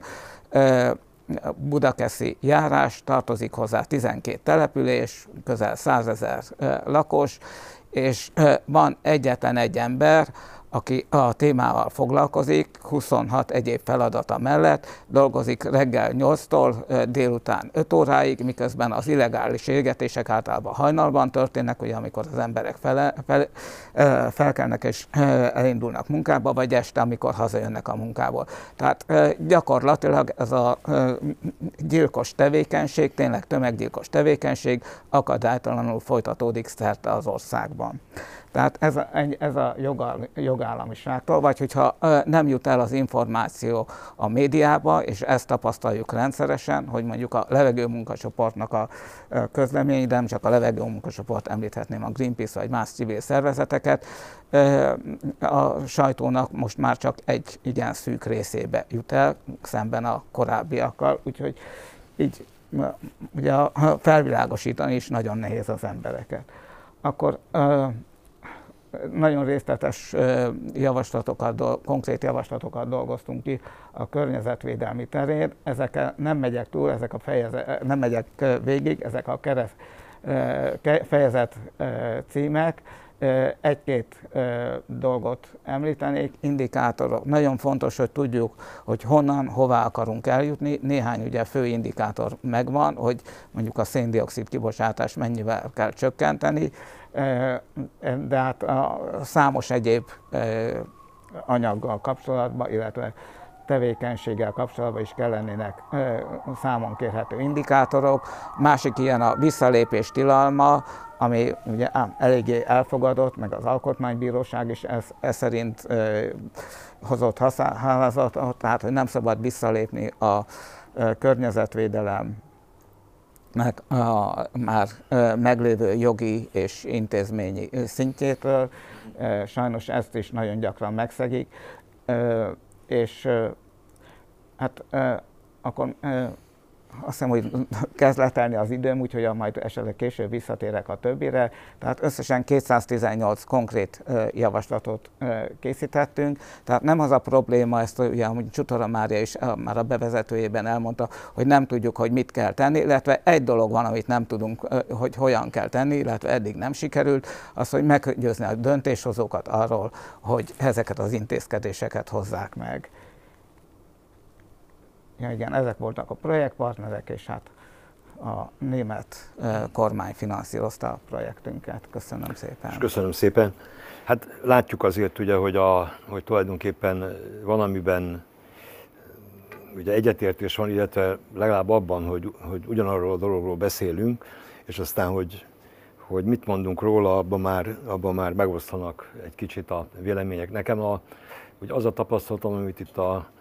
Budakeszi járás, tartozik hozzá 12 település, közel 100 000 lakos, és van egyetlen egy ember, aki a témával foglalkozik, 26 egyéb feladata mellett, dolgozik reggel 8-tól délután 5 óráig, miközben az illegális égetések általában hajnalban történnek, ugye, amikor az emberek felkelnek és elindulnak munkába, vagy este, amikor hazajönnek a munkából. Tehát gyakorlatilag ez a gyilkos tevékenység, tényleg tömeggyilkos tevékenység akadálytalanul folytatódik szerte az országban. Tehát ez a jogállamiságtól, vagy hogyha nem jut el az információ a médiába, és ezt tapasztaljuk rendszeresen, hogy mondjuk a levegőmunkacsoportnak a közlemény, de nem csak a levegőmunkacsoport, említhetném a Greenpeace vagy más civil szervezeteket, a sajtónak most már csak egy igen szűk részébe jut el, szemben a korábbiakkal, úgyhogy így ugye felvilágosítani is nagyon nehéz az embereket. Akkor nagyon részletes javaslatokat, konkrét javaslatokat dolgoztunk ki a környezetvédelmi terén. Ezekkel nem megyek túl, nem megyek végig, ezek a fejezet címek. Egy-két dolgot említenék, indikátorok. Nagyon fontos, hogy tudjuk, hogy honnan, hová akarunk eljutni. Néhány ugye fő indikátor megvan, hogy mondjuk a szén-dioxid kibocsátás mennyivel kell csökkenteni, de hát a számos egyéb anyaggal kapcsolatban, illetve tevékenységgel kapcsolatban is kellenének számon kérhető indikátorok. Másik ilyen a visszalépés tilalma, ami ugye eléggé elfogadott, meg az Alkotmánybíróság is ez szerint hozott határozatot, tehát hogy nem szabad visszalépni a környezetvédelemnek a már meglévő jogi és intézményi szintjétől. Sajnos ezt is nagyon gyakran megszegik, és hát akkor azt hiszem, hogy kezd letelni az időm, úgyhogy majd esetleg később visszatérek a többire. Tehát összesen 218 konkrét javaslatot készítettünk. Tehát nem az a probléma, ezt ugye Csutora Mária is már a bevezetőjében elmondta, hogy nem tudjuk, hogy mit kell tenni, illetve egy dolog van, amit nem tudunk, hogy hogyan kell tenni, illetve eddig nem sikerült, az, hogy meggyőzni a döntéshozókat arról, hogy ezeket az intézkedéseket hozzák meg. Ja, igen, ezek voltak a projektpartnerek, és hát a német kormány finanszírozta a projektünket. Köszönöm szépen. És köszönöm szépen. Hát látjuk azért ugye, hogy tulajdonképpen van, amiben ugye egyetértés van, illetve legalább abban, hogy ugyanarról a dologról beszélünk, és aztán, hogy mit mondunk róla, abban már megosztanak egy kicsit a vélemények. Nekem hogy az a tapasztalatom, amit itt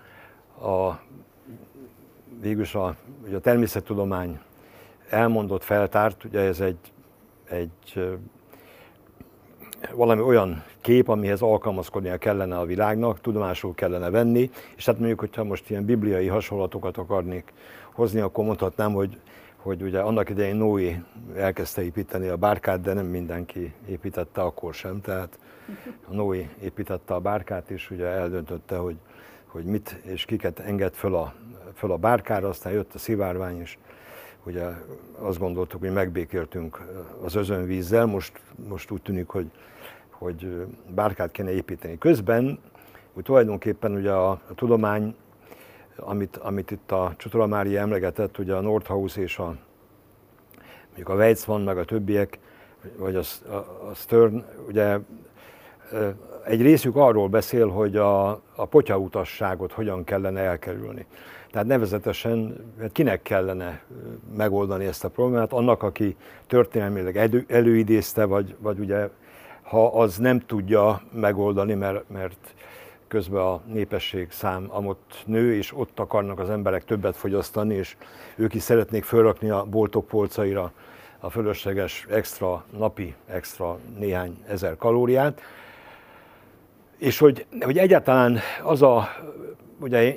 végülis ugye a természettudomány elmondott, feltárt, ugye ez egy valami olyan kép, amihez alkalmazkodnia kellene a világnak, tudomásul kellene venni, és hát mondjuk, hogyha most ilyen bibliai hasonlatokat akarnék hozni, akkor mondhatnám, hogy ugye annak idején Noé elkezdte építeni a bárkát, de nem mindenki építette akkor sem, tehát a Noé építette a bárkát, és ugye eldöntötte, hogy mit és kiket enged föl a bárkára, aztán jött a szivárvány, és ugye azt gondoltuk, hogy megbékéltünk az özönvízzel, most úgy tűnik, hogy bárkát kéne építeni. Közben, úgy tulajdonképpen ugye a tudomány, amit itt a Csutora Mária emlegetett, ugye a Nordhaus és mondjuk a Weizmann, meg a többiek, vagy a Stern, ugye egy részük arról beszél, hogy a potyautasságot hogyan kellene elkerülni. Tehát nevezetesen kinek kellene megoldani ezt a problémát? Annak, aki történelmileg előidézte, vagy ugye, ha az nem tudja megoldani, mert közben a népesség szám amott nő, és ott akarnak az emberek többet fogyasztani, és ők is szeretnék fölrakni a boltok polcaira a fölösleges napi extra néhány ezer kalóriát. És hogy egyáltalán ugye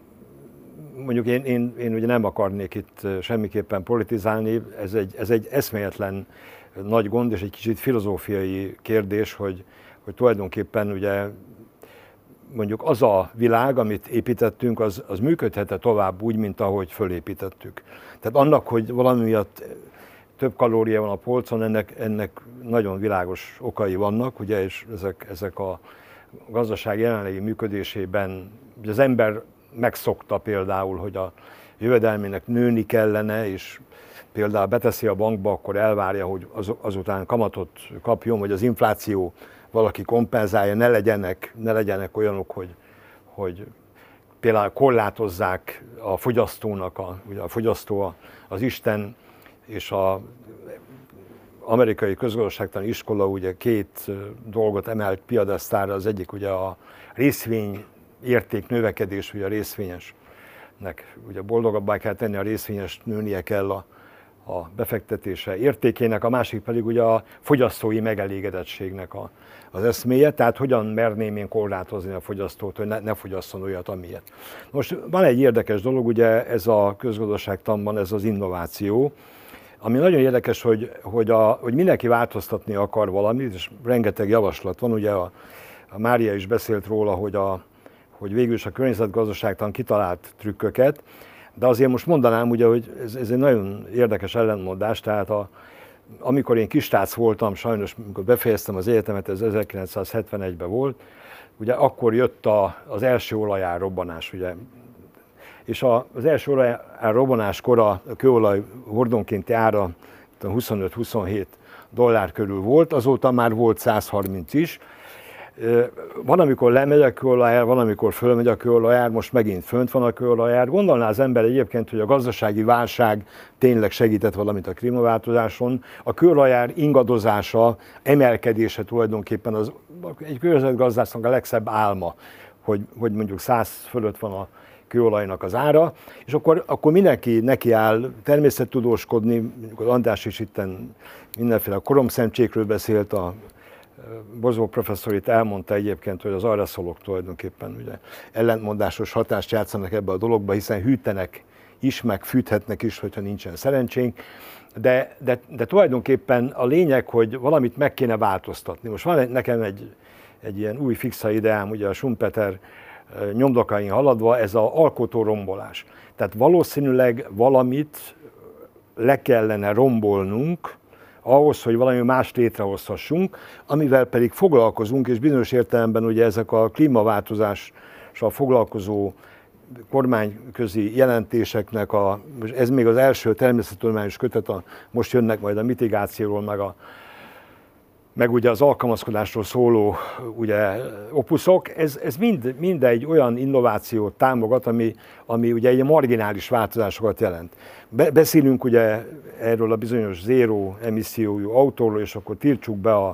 én ugye nem akarnék itt semmiképpen politizálni, ez egy eszméletlen nagy gond, és egy kicsit filozófiai kérdés, hogy tulajdonképpen ugye mondjuk az a világ, amit építettünk, az működhet-e tovább úgy, mint ahogy fölépítettük. Tehát annak, hogy valami miatt több kalória van a polcon, ennek nagyon világos okai vannak, ugye, és ezek a gazdaság jelenlegi működésében ugye az ember megszokta például, hogy a jövedelmének nőni kellene, és például beteszi a bankba, akkor elvárja, hogy azután kamatot kapjon, vagy az infláció valaki kompenzálja, ne legyenek olyanok, hogy például korlátozzák a fogyasztónak, ugye a fogyasztó az Isten, és az amerikai közgazdaságtani iskola ugye két dolgot emelt piedesztálra, az egyik ugye a részvény érték növekedés, ugye a részvényesnek ugye boldogabbá kell tenni, a részvényes nőnie kell a befektetése értékének, a másik pedig ugye a fogyasztói megelégedettségnek az eszméje, tehát hogyan merném én korlátozni a fogyasztót, hogy ne fogyasszon olyat, amilyet. Most van egy érdekes dolog, ugye ez a közgazdaságtanban, ez az innováció. Ami nagyon érdekes, hogy mindenki változtatni akar valamit, és rengeteg javaslat van, ugye a Mária is beszélt róla, hogy végül is a környezetgazdaságtan kitalált trükköket, de azért most mondanám, ugye, hogy ez egy nagyon érdekes ellentmondás, tehát amikor én kistác voltam, sajnos amikor befejeztem az egyetemet, ez 1971-ben volt, ugye akkor jött az első olajár robbanás, ugye. És az első olajár robbanáskor a kőolaj hordonkénti ára $25-27 körül volt, azóta már volt 130 is. Van, amikor lemegy a kőolajár, van, amikor fölmegy a kőolajár, most megint fönt van a kőolajár. Gondolná az ember egyébként, hogy a gazdasági válság tényleg segített valamit a klímaváltozáson. A kőolajár ingadozása, emelkedése tulajdonképpen egy környezetgazdásznak a legszebb álma, hogy mondjuk 100 fölött van a kőolajnak az ára, és akkor mindenki nekiáll természettudóskodni, az András is itten mindenféle koromszemcsékről beszélt, a Bozó professzor itt elmondta egyébként, hogy az aeroszolok tulajdonképpen ugye ellentmondásos hatást játszanak ebbe a dologba, hiszen hűtenek is, meg fűthetnek is, hogyha nincsen szerencsénk, de tulajdonképpen a lényeg, hogy valamit meg kéne változtatni. Most van nekem egy ilyen új fixa ideám, ugye a Schumpeter nyomdokain haladva, ez az alkotórombolás. Tehát valószínűleg valamit le kellene rombolnunk, ahhoz, hogy valami más létrehozhassunk, amivel pedig foglalkozunk, és bizonyos értelemben ugye ezek a klímaváltozással foglalkozó kormányközi jelentéseknek, ez még az első természettudományos kötet, most jönnek majd a mitigációról, meg ugye az alkalmazkodásról szóló ugye, opuszok, ez mind egy olyan innovációt támogat, ami ugye egy marginális változásokat jelent. Beszélünk ugye erről a bizonyos zéró emissziójú autóról, és akkor tiltsuk be a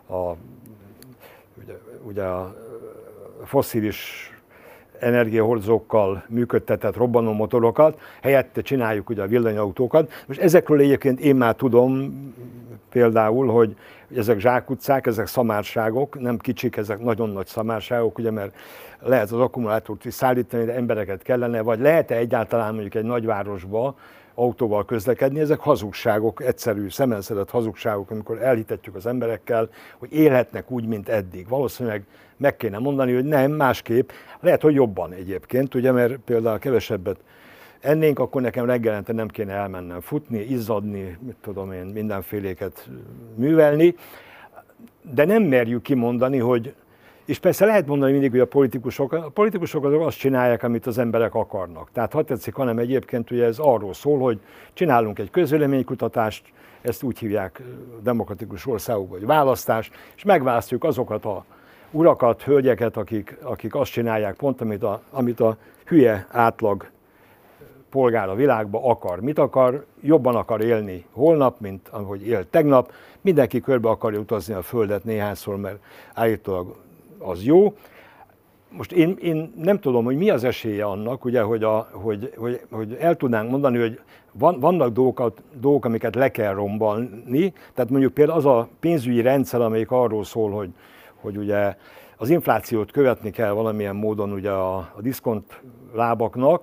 fosszilis energiahordozókkal működtetett robbanómotorokat, helyette csináljuk ugye a villanyautókat. Most ezekről egyébként én már tudom például, hogy ezek zsákutcák, ezek szamárságok, nem kicsik, ezek nagyon nagy szamárságok, ugye, mert lehet az akkumulátort is szállítani, de embereket kellene, vagy lehet-e egyáltalán mondjuk egy nagyvárosba autóval közlekedni, ezek hazugságok, egyszerű, szemelszedett hazugságok, amikor elhitetjük az emberekkel, hogy élhetnek úgy, mint eddig. Valószínűleg meg kéne mondani, hogy nem, másképp, lehet, hogy jobban egyébként, ugye, mert például kevesebbet ennénk, akkor nekem reggelente nem kéne elmennem futni, izzadni, mit tudom én, mindenféléket művelni, de nem merjük kimondani, hogy, és persze lehet mondani mindig, hogy a politikusok azok azt csinálják, amit az emberek akarnak. Tehát ha tetszik, hanem egyébként ugye ez arról szól, hogy csinálunk egy közvéleménykutatást, ezt úgy hívják demokratikus országokban, hogy választás, és megválasztjuk azokat a urakat, hölgyeket, akik azt csinálják pont, amit a hülye átlag polgár a világba akar. Mit akar? Jobban akar élni holnap, mint ahogy élt tegnap. Mindenki körbe akarja utazni a Földet néhányszor, mert állítólag az jó. Most én nem tudom, hogy mi az esélye annak, ugye, hogy el tudnánk mondani, hogy vannak dolgok, amiket le kell rombolni. Tehát mondjuk például az a pénzügyi rendszer, amelyik arról szól, hogy ugye az inflációt követni kell valamilyen módon ugye a diszkont lábaknak,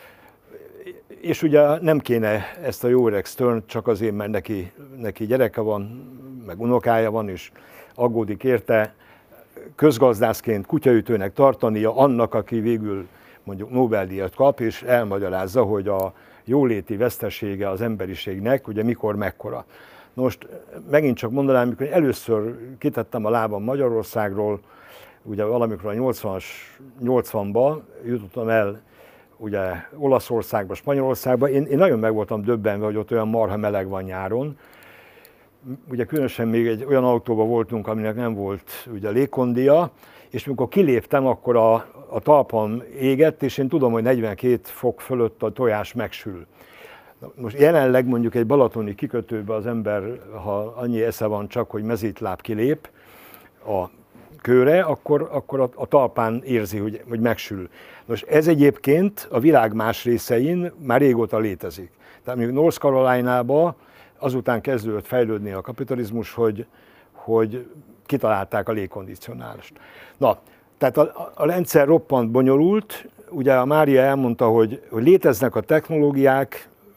és ugye nem kéne ezt a jó öreg Stern csak azért, mert neki gyereke van, meg unokája van, és aggódik érte, közgazdászként kutyaütőnek tartania annak, aki végül mondjuk Nobel-díjat kap, és elmagyarázza, hogy a jóléti vesztesége az emberiségnek ugye mikor, mekkora. Most megint csak mondanám, amikor először kitettem a lábam Magyarországról, ugye valamikor a 80-ban jutottam el ugye Olaszországba, Spanyolországba, én nagyon meg voltam döbbenve, hogy ott olyan marha meleg van nyáron. Ugye különösen még egy olyan autóban voltunk, aminek nem volt ugye légkondia, és amikor kiléptem, akkor a talpam égett, és én tudom, hogy 42 fok fölött a tojás megsül. Most jelenleg mondjuk egy balatoni kikötőbe az ember, ha annyi esze van csak, hogy mezítláb kilép a kőre, akkor a talpán érzi, hogy megsül. Most ez egyébként a világ más részein már régóta létezik. Tehát mondjuk North Caroline-ban azután kezdődött fejlődni a kapitalizmus, hogy kitalálták a légkondicionálást. Na, tehát a rendszer roppant bonyolult, ugye a Mária elmondta, hogy léteznek a technológiák,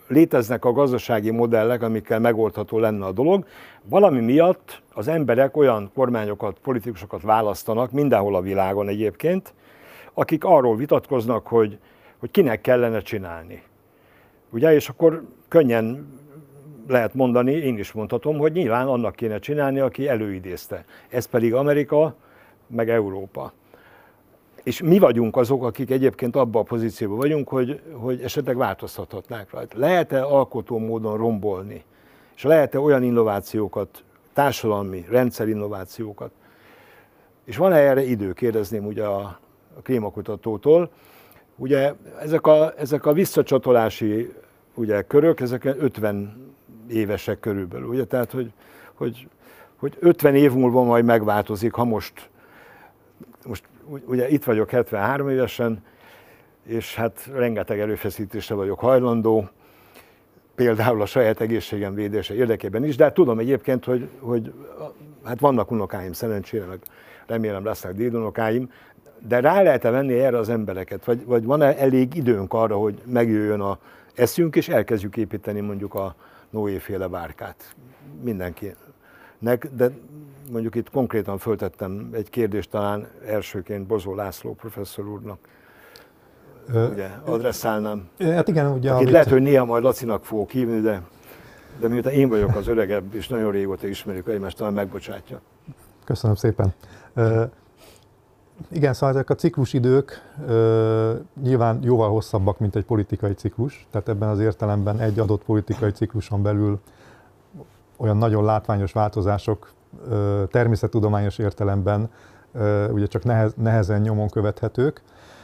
léteznek a gazdasági modellek, amikkel megoldható lenne a dolog. Valami miatt az emberek olyan kormányokat, politikusokat választanak, mindenhol a világon egyébként, akik arról vitatkoznak, hogy kinek kellene csinálni. Ugye, és akkor könnyen lehet mondani, én is mondhatom, hogy nyilván annak kéne csinálni, aki előidézte. Ez pedig Amerika, meg Európa. És mi vagyunk azok, akik egyébként abban a pozícióban vagyunk, hogy esetleg változtathatnánk rajta. Lehet-e alkotó módon rombolni? És lehet-e olyan innovációkat, társadalmi, rendszerinnovációkat? És van-e erre idő, kérdezném ugye a klímakutatótól. Ugye ezek a visszacsatolási ugye, körök, ezek 50 évesek körülbelül. Ugye? Tehát, hogy 50 év múlva majd megváltozik, ha most ugye itt vagyok 73 évesen, és hát rengeteg erőfeszítésre vagyok hajlandó, például a saját egészségem védése érdekében is, de hát tudom egyébként, hogy hát vannak unokáim szerencsére, meg remélem lesznek dédunokáim, de rá lehet-e venni erre az embereket, vagy van-e elég időnk arra, hogy megjöjjön a eszünk, és elkezdjük építeni mondjuk a Noé-féle bárkát mindenkinek, de mondjuk itt konkrétan föltettem egy kérdést talán elsőként Bozó László professzor úrnak. Ugye, adresszálnám. Hát igen, ugye, amit... Lehet, hogy néha majd Lacinak fogok hívni, de miután én vagyok az öregebb, és nagyon régóta ismerjük egymást, talán megbocsátja. Köszönöm szépen. Igen, szóval ezek a ciklusidők nyilván jóval hosszabbak, mint egy politikai ciklus, tehát ebben az értelemben egy adott politikai cikluson belül olyan nagyon látványos változások természettudományos értelemben ugye csak nehezen nyomon követhetők.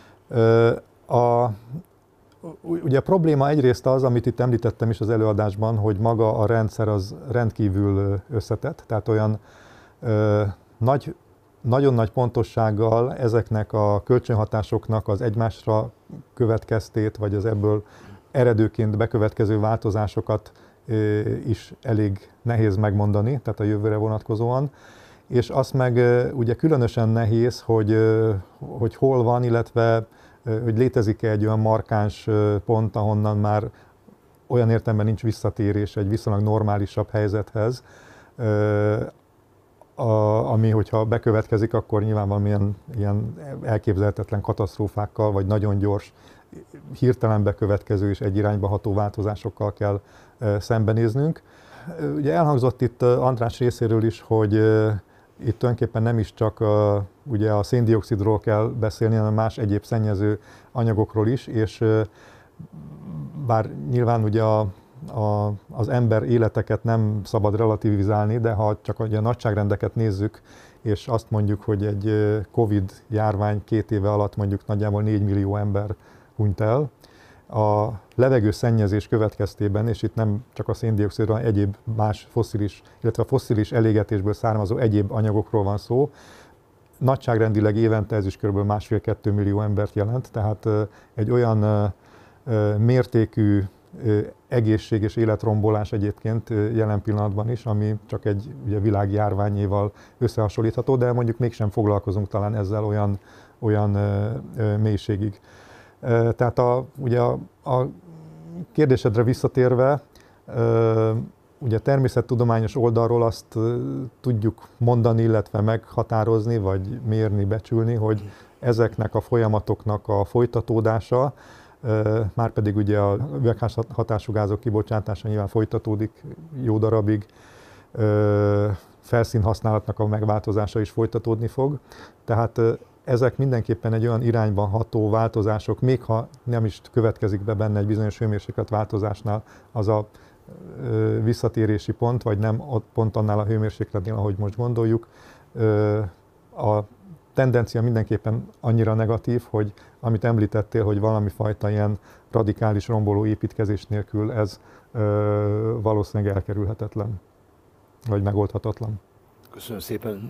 Ugye a probléma egyrészt az, amit itt említettem is az előadásban, hogy maga a rendszer az rendkívül összetett, tehát olyan nagyon nagy pontossággal ezeknek a kölcsönhatásoknak az egymásra következtét, vagy az ebből eredőként bekövetkező változásokat is elég nehéz megmondani, tehát a jövőre vonatkozóan. És azt meg ugye különösen nehéz, hogy hol van, illetve hogy létezik-e egy olyan markáns pont, ahonnan már olyan értelemben nincs visszatérés egy viszonylag normálisabb helyzethez, ami, hogyha bekövetkezik, akkor nyilván valamilyen ilyen elképzelhetetlen katasztrófákkal, vagy nagyon gyors, hirtelen bekövetkező és egy irányba ható változásokkal kell szembenéznünk. Ugye elhangzott itt András részéről is, hogy itt tulajdonképpen nem is csak ugye a széndioxidról kell beszélni, hanem más egyéb szennyező anyagokról is, és bár nyilván ugye az ember életeket nem szabad relativizálni, de ha csak ugye a nagyságrendeket nézzük, és azt mondjuk, hogy egy Covid járvány 2 éve alatt mondjuk nagyjából 4 millió ember hunyt el, a levegő szennyezés következtében, és itt nem csak a széndioxidról, hanem egyéb más fosszilis, illetve a fosszilis elégetésből származó egyéb anyagokról van szó, nagyságrendileg évente ez is kb. 1,5-2 millió embert jelent, tehát egy olyan mértékű egészség és életrombolás egyébként jelen pillanatban is, ami csak egy ugye, világjárványéval összehasonlítható, de mondjuk mégsem foglalkozunk talán ezzel olyan mélységig. Tehát ugye a kérdésedre visszatérve, ugye természettudományos oldalról azt tudjuk mondani, illetve meghatározni, vagy mérni, becsülni, hogy ezeknek a folyamatoknak a folytatódása, márpedig ugye a üvegházhatású gázok kibocsátása nyilván folytatódik jó darabig, felszínhasználatnak a megváltozása is folytatódni fog. Tehát ezek mindenképpen egy olyan irányban ható változások, még ha nem is következik be benne egy bizonyos hőmérsékletváltozásnál az a visszatérési pont, vagy nem ott pont annál a hőmérsékletnél, ahogy most gondoljuk. A tendencia mindenképpen annyira negatív, hogy amit említettél, hogy valami fajta ilyen radikális romboló építkezés nélkül ez valószínűleg elkerülhetetlen, vagy megoldhatatlan. Köszönöm szépen,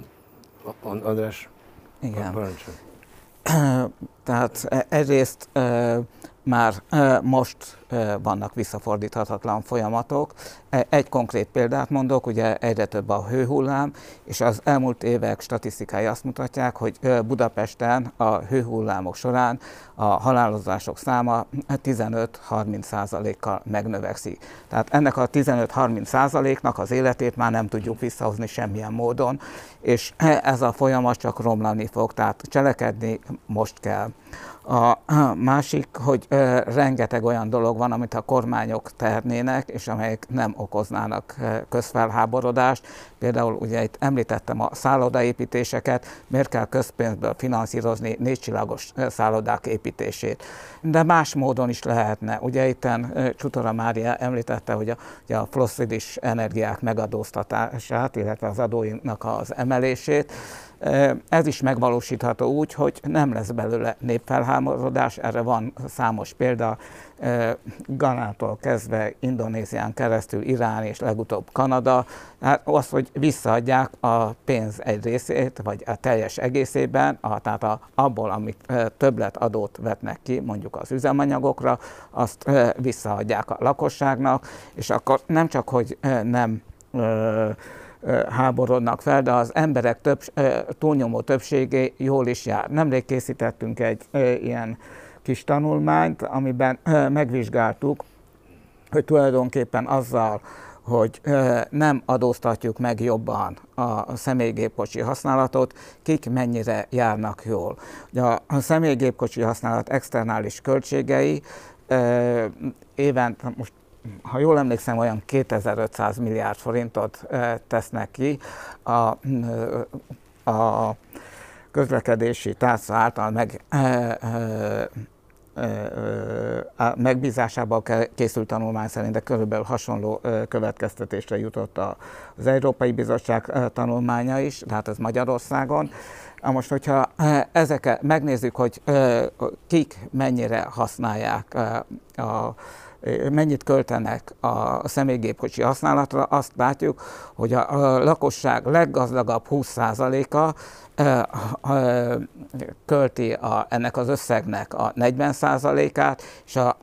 András. Igen. Tehát egyrészt már most vannak visszafordíthatatlan folyamatok. Egy konkrét példát mondok, ugye egyre több a hőhullám, és az elmúlt évek statisztikái azt mutatják, hogy Budapesten a hőhullámok során a halálozások száma 15-30%-kal megnövekszik. Tehát ennek a 15-30%-nak az életét már nem tudjuk visszahozni semmilyen módon, és ez a folyamat csak romlani fog, tehát cselekedni most kell. A másik, hogy rengeteg olyan dolog van, amit a kormányok tehetnének, és amelyek nem okoznának közfelháborodást. Például ugye itt említettem a szállodaépítéseket, miért kell közpénzből finanszírozni 4 csillagos szállodák építését. De más módon is lehetne. Ugye itten Csutora Mária említette, hogy a fosszilis energiák megadóztatását, illetve az adóinak az emelését. Ez is megvalósítható úgy, hogy nem lesz belőle népfelháborodás, erre van számos példa, Ganától kezdve Indonézián keresztül Irán és legutóbb Kanada. Hát az, hogy visszaadják a pénz egy részét, vagy a teljes egészében, tehát abból, amit többletadót vetnek ki, mondjuk az üzemanyagokra, azt visszaadják a lakosságnak, és akkor nem csak, hogy nem háborodnak fel, de az emberek túlnyomó többsége jól is jár. Nemrég készítettünk egy ilyen kis tanulmányt, amiben megvizsgáltuk, hogy tulajdonképpen azzal, hogy nem adóztatjuk meg jobban a személygépkocsi használatot, kik mennyire járnak jól. Ugye a személygépkocsi használat externális költségei évente, most ha jól emlékszem, olyan 2500 milliárd forintot tesznek ki a közlekedési tárca által megbízásában készült tanulmány szerint, de körülbelül hasonló következtetésre jutott az Európai Bizottság tanulmánya is, tehát ez Magyarországon. Most, hogyha ezeket megnézzük, hogy kik mennyire használják mennyit költenek a személygépkocsi használatra, azt látjuk, hogy a lakosság leggazdagabb 20%-a költi ennek az összegnek a 40%-át, és a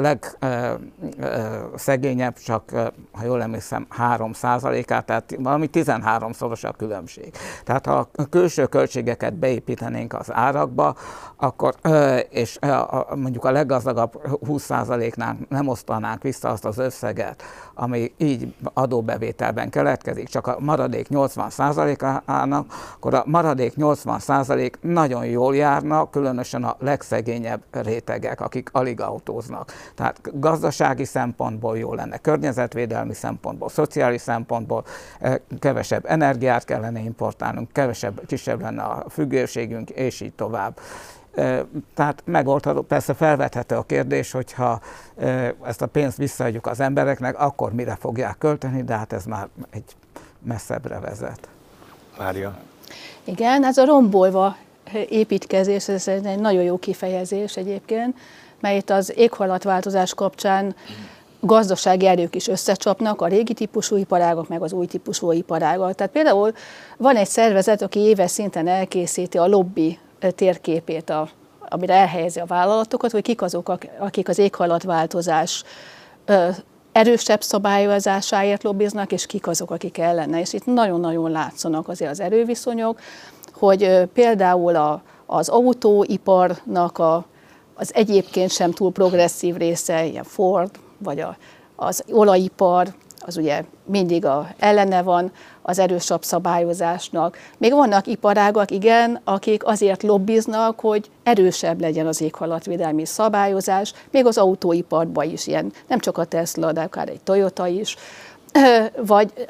legszegényebb csak, ha jól emlékszem, 3%-át, tehát valami 13-szoros a különbség. Tehát ha a külső költségeket beépítenénk az árakba, akkor, és mondjuk a leggazdagabb 20%-nál nem osztanánk vissza azt az összeget, ami így adóbevételben keletkezik, csak a maradék 80%-ának, akkor a maradék 80% nagyon jól járnak, különösen a legszegényebb rétegek, akik alig autóznak. Tehát gazdasági szempontból jó lenne, környezetvédelmi szempontból, szociális szempontból kevesebb energiát kellene importálnunk, kisebb lenne a függőségünk, és így tovább. Tehát megoldható, persze felvethető a kérdés, hogyha ezt a pénzt visszaadjuk az embereknek, akkor mire fogják költeni, de hát ez már egy messzebbre vezet. Mária? Igen, ez a rombolva építkezés, ez egy nagyon jó kifejezés egyébként, mert itt az éghajlatváltozás kapcsán gazdasági erők is összecsapnak, a régi típusú iparágak, meg az új típusú iparágak. Tehát például van egy szervezet, aki éves szinten elkészíti a lobby térképét, amire elhelyezi a vállalatokat, hogy kik azok, akik az éghajlatváltozás erősebb szabályozásáért lobbiznak, és kik azok, akik ellene. És itt nagyon-nagyon látszanak azért az erőviszonyok, hogy például az autóiparnak az egyébként sem túl progresszív része, ilyen Ford, vagy az olajipar, az ugye mindig ellene van az erősebb szabályozásnak. Még vannak iparágak, igen, akik azért lobbiznak, hogy erősebb legyen az éghajlatvédelmi szabályozás, még az autóiparban is ilyen, nem csak a Tesla, de akár egy Toyota is, vagy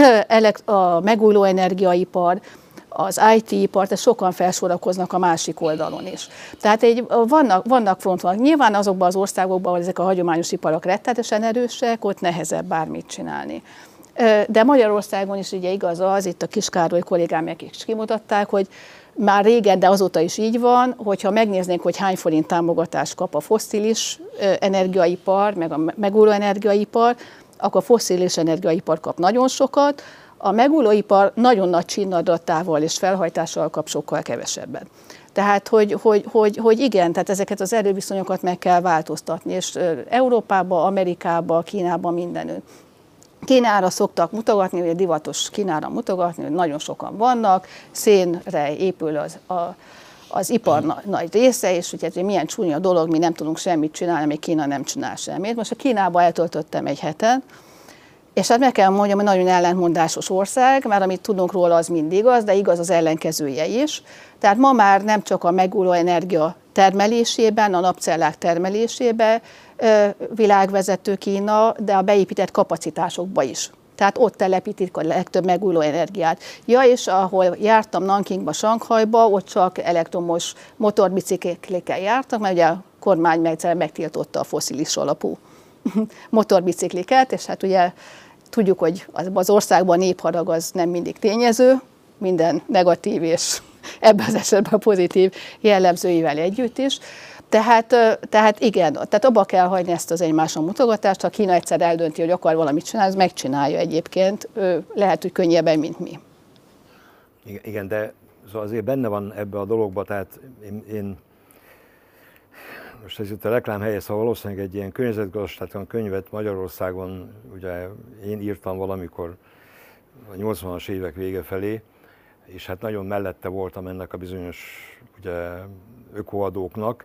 a megújuló energiaipar, az IT-ipar, tehát sokan felsorakoznak a másik oldalon is. Tehát vannak frontvonalak. Nyilván azokban az országokban, ahol ezek a hagyományos iparok rettenetesen erősek, ott nehezebb bármit csinálni. De Magyarországon is ugye igaz az, itt a Kiskároly kollégámják is kimutatták, hogy már régen, de azóta is így van, hogyha megnéznénk, hogy hány forint támogatást kap a fosszilis energiaipar, meg a megújuló energiaipar, akkor a fosszilis energiaipar kap nagyon sokat, a megújulóipar nagyon nagy csinnadratával és felhajtással kap sokkal kevesebbet. Tehát, hogy igen, tehát ezeket az erőviszonyokat meg kell változtatni, és Európába, Amerikába, Kínába, mindenütt. Kínára szoktak mutogatni, ugye divatos Kínára mutogatni, hogy nagyon sokan vannak, szénre épül az ipar nagy része, és ugye milyen csúnya dolog, mi nem tudunk semmit csinálni, még Kína nem csinál semmit. Most a Kínába eltöltöttem egy hetet, és hát meg kell mondjam, hogy nagyon ellentmondásos ország, mert amit tudunk róla, az mind igaz, de igaz az ellenkezője is. Tehát ma már nem csak a megújuló energia termelésében, a napcellák termelésében világvezető Kína, de a beépített kapacitásokba is. Tehát ott telepítik a legtöbb megújuló energiát. Ja, és ahol jártam Nankingba, Sanghajba, ott csak elektromos motorbiciklikkel jártak, mert ugye a kormány megtiltotta a fosszilis alapú motorbicikliket, és hát ugye tudjuk, hogy az országban a népharag az nem mindig tényező, minden negatív és ebben az esetben pozitív jellemzőivel együtt is. Tehát igen, tehát abba kell hagyni ezt az egymáson mutogatást, ha Kína egyszer eldönti, hogy akar valamit csinálni, az megcsinálja egyébként, lehet, hogy könnyebben, mint mi. Igen, de szóval azért benne van ebbe a dologba, tehát én most ez itt a reklámhelye, szóval valószínűleg egy ilyen környezetgazdasági könyvet Magyarországon, ugye én írtam valamikor a 80-as évek vége felé, és hát nagyon mellette voltam ennek a bizonyos ugye, ökoadóknak.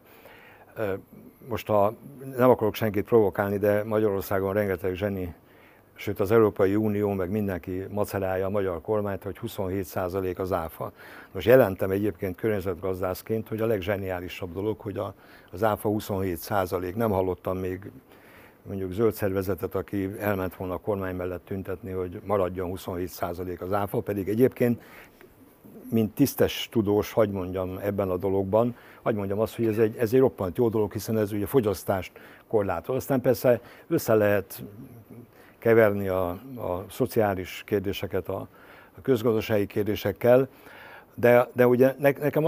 Most nem akarok senkit provokálni, de Magyarországon rengeteg zseni, sőt az Európai Unió, meg mindenki macerálja a magyar kormányt, hogy 27% az áfa. Most jelentem egyébként környezetgazdászként, hogy a legzseniálisabb dolog, hogy az áfa 27%. Nem hallottam még mondjuk zöld szervezetet, aki elment volna a kormány mellett tüntetni, hogy maradjon 27% az áfa, pedig egyébként mint tisztes tudós, hagy mondjam ebben a dologban, hagy mondjam azt, hogy ez egy roppant jó dolog, hiszen ez ugye fogyasztást korlátol. Aztán persze össze lehet keverni a szociális kérdéseket a közgazdasági kérdésekkel, de ugye nekem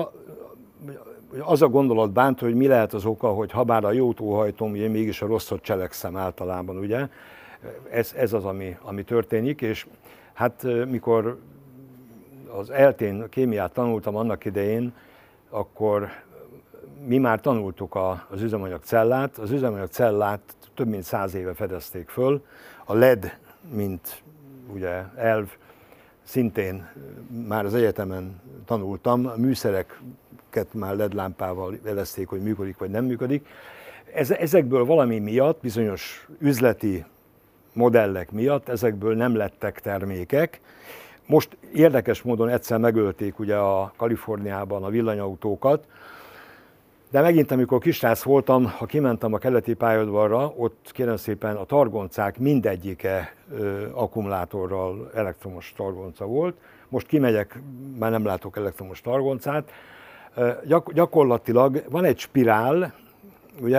az a gondolat bánt, hogy mi lehet az oka, hogy habár a jót óhajtom, ugye mégis a rosszat cselekszem általában, ugye? Ez az, ami történik, és hát mikor az ELTE-n kémiát tanultam annak idején, akkor mi már tanultuk az üzemanyagcellát. Az üzemanyagcellát több mint 100 éve fedezték föl. A LED, mint ugye elv, szintén már az egyetemen tanultam. A műszereket már LED lámpával jelezték, hogy működik vagy nem működik. Ezekből valami miatt, bizonyos üzleti modellek miatt, ezekből nem lettek termékek. Most érdekes módon egyszer megölték ugye a Kaliforniában a villanyautókat, de megint, amikor kisrác voltam, ha kimentem a keleti pályaudvarra, ott kérem szépen a targoncák mindegyike akkumulátorral elektromos targonca volt. Most kimegyek, már nem látok elektromos targoncát. Gyakorlatilag van egy spirál, ugye,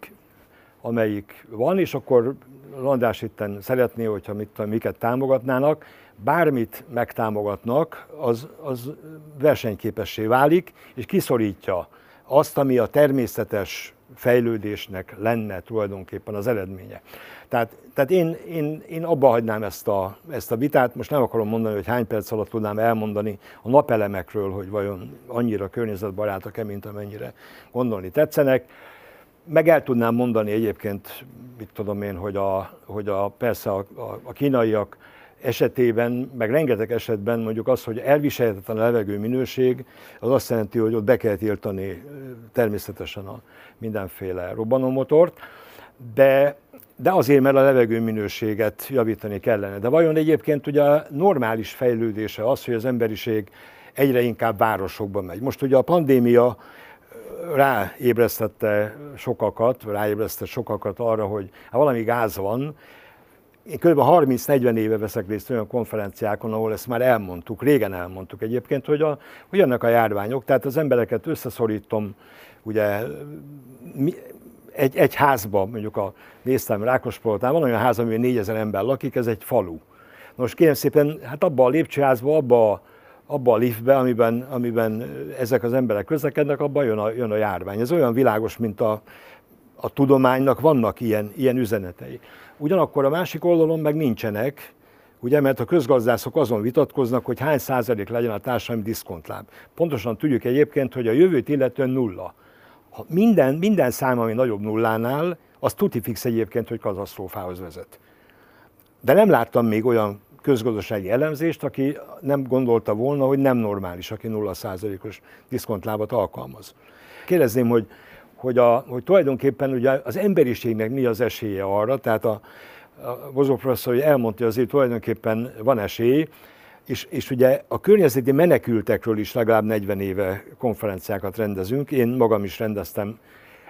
amelyik van, és akkor András itten szeretné, hogyha miket támogatnának, bármit megtámogatnak, az versenyképessé válik, és kiszorítja azt, ami a természetes fejlődésnek lenne tulajdonképpen az eredménye. Tehát én abba hagynám ezt a vitát, most nem akarom mondani, hogy hány perc alatt tudnám elmondani a napelemekről, hogy vajon annyira környezetbarátok-e, mint amennyire gondolni tetszenek. Meg el tudnám mondani egyébként, mit tudom én, hogy persze a kínaiak esetében, meg rengeteg esetben mondjuk az, hogy elviselhetetlen a levegő minőség, az azt jelenti, hogy ott be kell tiltani természetesen a mindenféle robbanómotort, de azért, mert a levegő minőséget javítani kellene. De vajon egyébként ugye a normális fejlődése az, hogy az emberiség egyre inkább városokba megy. Most ugye a pandémia ráébresztett sokakat arra, hogy valami gáz van. Én kb. 30-40 éve veszek részt olyan konferenciákon, ahol ezt már elmondtuk, régen elmondtuk egyébként, hogy jönnek a járványok, tehát az embereket összeszorítom, ugye egy házba, mondjuk néztem Rákospalotán, van olyan ház, amiben 4000 ember lakik, ez egy falu. Most kérem szépen, hát abba a lépcsőházba, abba a liftbe, amiben ezek az emberek közlekednek, abban jön a járvány. Ez olyan világos, mint a tudománynak vannak ilyen üzenetei. Ugyanakkor a másik oldalon meg nincsenek, Ugye, mert a közgazdászok azon vitatkoznak, hogy hány százalék legyen a társadalmi diszkontláb. Pontosan tudjuk egyébként, hogy a jövőt illetően nulla. Ha minden szám, ami nagyobb nullánál, az tuti fix egyébként, hogy katasztrófához vezet. De nem láttam még olyan közgazdasági elemzést, aki nem gondolta volna, hogy nem normális, aki 0%-os diszkontlábat alkalmaz. Kérdezném, hogy tulajdonképpen ugye az emberiségnek mi az esélye arra, tehát a Bozó professzor elmondta, hogy azért tulajdonképpen van esély, és ugye a környezeti menekültekről is legalább 40 éve konferenciákat rendezünk. Én magam is rendeztem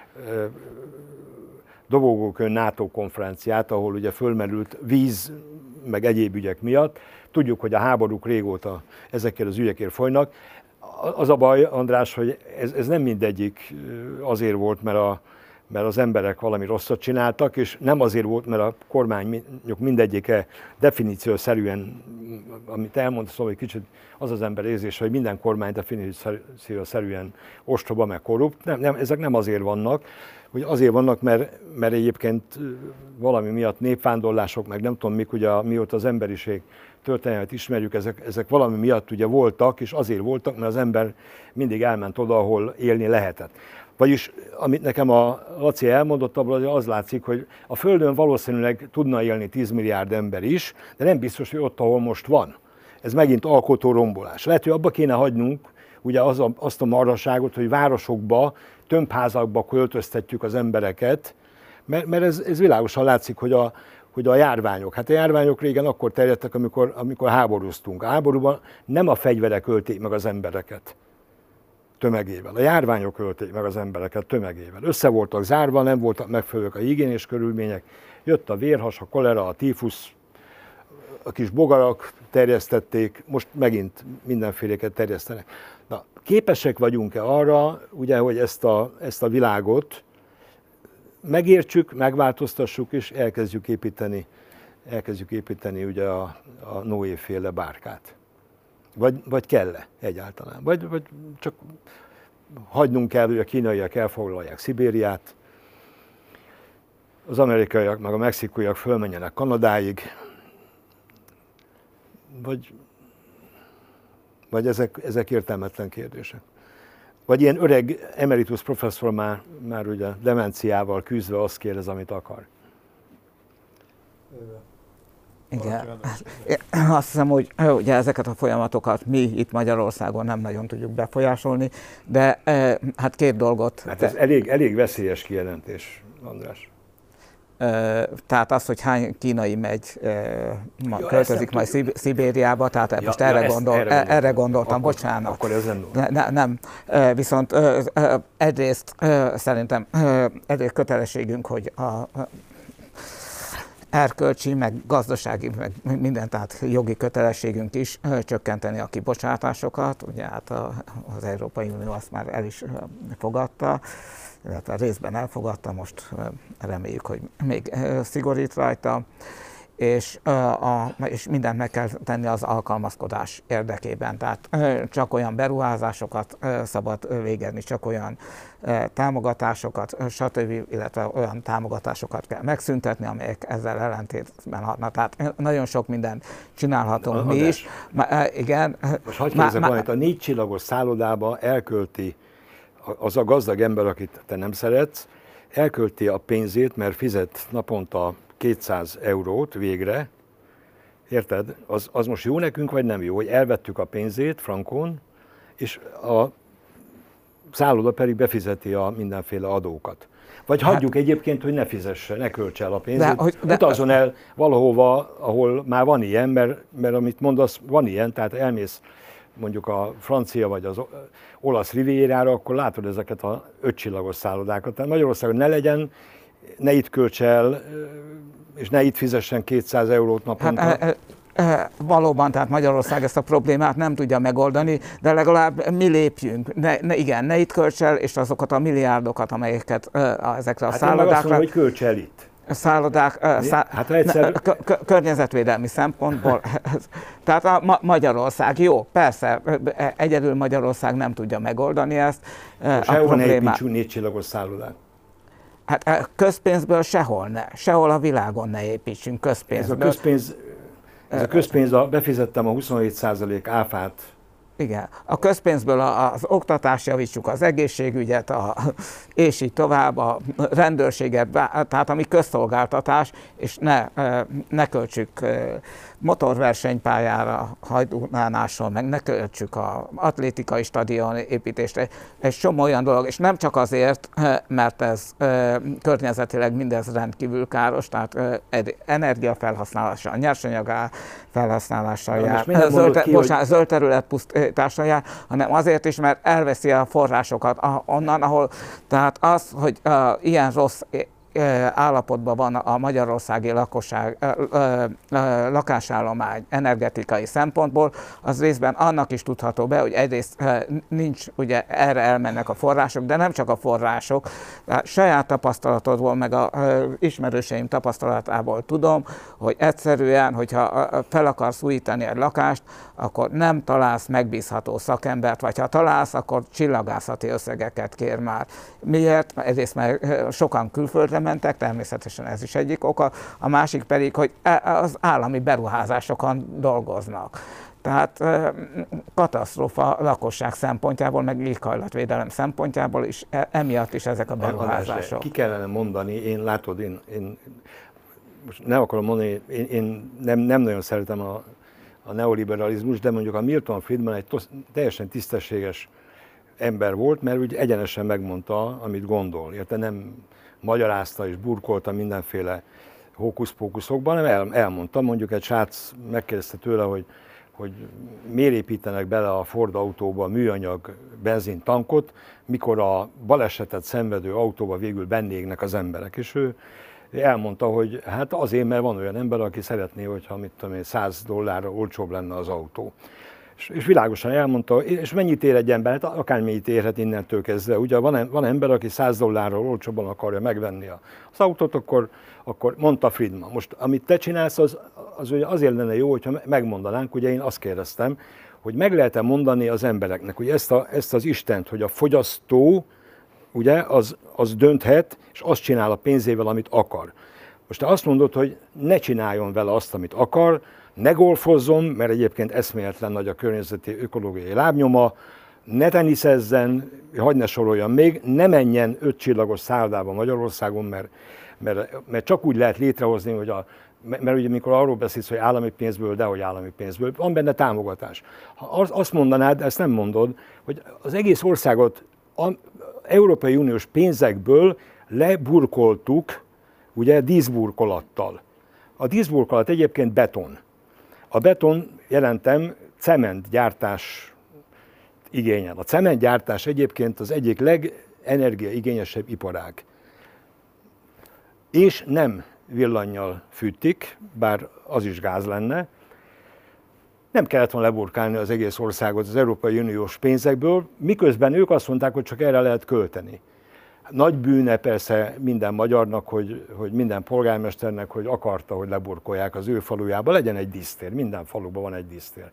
Dobogókön NATO konferenciát, ahol ugye fölmerült víz, meg egyéb ügyek miatt. Tudjuk, hogy a háborúk régóta ezekkel az ügyekért folynak. Az a baj, András, hogy ez nem mindegyik azért volt, mert az emberek valami rosszat csináltak, és nem azért volt, mert a kormányok mindegyike definíciószerűen, amit elmondtam, szóval egy kicsit az az ember érzése, hogy minden kormány definíciószerűen ostoba, meg korrupt. Nem, ezek nem azért vannak, hogy azért vannak, mert egyébként valami miatt népvándorlások, meg nem tudom mik, ugye mióta az emberiség történelmet ismerjük, ezek valami miatt ugye voltak, és azért voltak, mert az ember mindig elment oda, ahol élni lehetett. Vagyis, amit nekem a Laci elmondott, abból az látszik, hogy a Földön valószínűleg tudna élni 10 milliárd ember is, de nem biztos, hogy ott, ahol most van. Ez megint alkotó rombolás. Lehet, hogy abba kéne hagynunk ugye azt a marhaságot, hogy városokba, tömbházakba költöztetjük az embereket, mert ez világosan látszik, hogy a járványok. Hát a járványok régen akkor terjedtek, amikor háborúztunk. A háborúban nem a fegyverek ölték meg az embereket tömegével. A járványok ölték meg az embereket tömegével. Össze voltak zárva, nem voltak megfelelők a higiénés körülmények. Jött a vérhas, a kolera, a tífusz, a kis bogarak terjesztették, most megint mindenféléket terjesztenek. Na, képesek vagyunk-e arra, ugye, hogy ezt a világot megértsük, megváltoztassuk, és elkezdjük építeni ugye a Noé-féle bárkát? Vagy kell-e egyáltalán? Vagy csak hagynunk kell, hogy a kínaiak elfoglalják Szibériát, az amerikaiak meg a mexikóiak fölmenjenek Kanadáig, vagy ezek értelmetlen kérdések. Vagy ilyen öreg emeritus professzor már ugye demenciával küzdve azt kérdez, amit akar. Igen. Azt hiszem, hogy ugye ezeket a folyamatokat mi itt Magyarországon nem nagyon tudjuk befolyásolni, de hát két dolgot. Hát ez elég veszélyes kijelentés, András. Tehát az, hogy hány kínai megy, költözik majd Szibériába, tehát most erre gondoltam, akkor, bocsánat. Akkor ez nem. Viszont egyrészt szerintem egyrészt kötelességünk, hogy a erkölcsi, meg gazdasági, meg minden, tehát jogi kötelességünk is csökkenteni a kibocsátásokat. Ugye hát az Európai Unió azt már el is fogadta, illetve részben elfogadta, most reméljük, hogy még szigorít rajta, és mindent meg kell tenni az alkalmazkodás érdekében. Tehát csak olyan beruházásokat szabad végezni, csak olyan támogatásokat, stb., illetve olyan támogatásokat kell megszüntetni, amelyek ezzel ellentétben hatnak. Tehát nagyon sok mindent csinálhatunk mi is. Igen. Most hagyj kérdezzek valamit, a 4 csillagos szállodába elkölti az a gazdag ember, akit te nem szeretsz, elkölti a pénzét, mert fizet naponta 200 eurót végre, érted? Az most jó nekünk, vagy nem jó, hogy elvettük a pénzét frankon, és a szálloda pedig befizeti a mindenféle adókat. Vagy hagyjuk egyébként, hogy ne fizesse, ne költse el a pénzét, utazzon el valahova, ahol már van ilyen, mert amit mondasz, van ilyen, tehát elmész mondjuk a francia vagy az olasz rivierára, akkor látod ezeket a 5 csillagos szállodákat. Tehát Magyarországon ne legyen, ne itt költs el, és ne itt fizessen 200 eurót naponta. Valóban, tehát Magyarország ezt a problémát nem tudja megoldani, de legalább mi lépjünk. Ne itt költs el, és azokat a milliárdokat, amelyeket ezekre a szállodákra... Hát azt mondom, hogy költs el itt. Szállodák, környezetvédelmi szempontból. Tehát Magyarország, jó, persze, egyedül Magyarország nem tudja megoldani ezt. Sehol ne építsünk 4 csillagos szállodát. Hát közpénzből sehol ne. Sehol a világon ne építsünk közpénzből. Ez a közpénz Ez a közpénz, befizettem a 27% áfát. Igen, a közpénzből az oktatást javítsuk, az egészségügyet, és így tovább, a rendőrséget, tehát ami közszolgáltatás, és ne költsük motorversenypályára, Hajdúnánáson, meg ne költsük az atlétikai stadion építésre, egy csomó olyan dolog, és nem csak azért, mert ez környezetileg mindez rendkívül káros, tehát energiafelhasználással, nyersanyag felhasználással jár, zöld terület pusztítással jár, hanem azért is, mert elveszi a forrásokat onnan, ahol, tehát az, hogy ilyen rossz állapotban van a magyarországi lakásállomány energetikai szempontból, az részben annak is tudható be, hogy egyrészt nincs, ugye erre elmennek a források, de nem csak a források. Saját tapasztalatodból, meg a ismerőseim tapasztalatából tudom, hogy egyszerűen, hogyha fel akarsz újítani egy lakást, akkor nem találsz megbízható szakembert, vagy ha találsz, akkor csillagászati összegeket kér már. Miért? Egyrészt mert sokan külföldre mentek, természetesen ez is egyik oka, a másik pedig, hogy az állami beruházásokon dolgoznak. Tehát katasztrófa lakosság szempontjából, meg éghajlatvédelem szempontjából is, emiatt is ezek a beruházások. Ki kellene mondani, én most nem akarom mondani, én nem nagyon szeretem a neoliberalizmus, de mondjuk a Milton Friedman egy teljesen tisztességes ember volt, mert úgy egyenesen megmondta, amit gondol. Érte, nem magyarázta és burkolta mindenféle hókusz-pókuszokban, hanem elmondta, mondjuk egy srác megkérdezte tőle, hogy miért építenek bele a Ford autóba a műanyag benzintankot, mikor a balesetet szenvedő autóba végül bennégnek az emberek. És ő elmondta, hogy hát azért, mert van olyan ember, aki szeretné, hogyha mit tudom én, $100 olcsóbb lenne az autó. És világosan elmondta, és mennyit ér egy ember, hát akármennyit érhet innentől kezdve. Ugye van ember, aki $100 olcsóbban akarja megvenni az autót, akkor mondta Friedman. Most amit te csinálsz, az azért lenne jó, hogyha megmondanánk, ugye én azt kérdeztem, hogy meg lehet-e mondani az embereknek, hogy ezt az Istent, hogy a fogyasztó, ugye, az dönthet, és azt csinál a pénzével, amit akar. Most te azt mondod, hogy ne csináljon vele azt, amit akar, ne golfozzon, mert egyébként eszméletlen nagy a környezeti ökológiai lábnyoma, ne teniszezzen, hadd ne soroljon még, ne menjen 5 csillagos szállodába Magyarországon, mert csak úgy lehet létrehozni, hogy mert ugye mikor arról beszélsz, hogy állami pénzből, dehogy állami pénzből, van benne támogatás. Ha azt mondanád, ezt nem mondod, hogy az egész országot Európai Uniós pénzekből leburkoltuk, ugye díszburkolattal. A díszburkolat egyébként beton. A beton, jelentem, cementgyártás igényel. A cementgyártás egyébként az egyik legenergiaigényesebb iparág. És nem villannyal fűtik, bár az is gáz lenne. Nem kellett volna leburkálni az egész országot az Európai Uniós pénzekből, miközben ők azt mondták, hogy csak erre lehet költeni. Nagy bűne persze minden magyarnak, hogy minden polgármesternek, hogy akarta, hogy leburkolják az ő falujába, legyen egy dísztér, minden faluban van egy dísztér.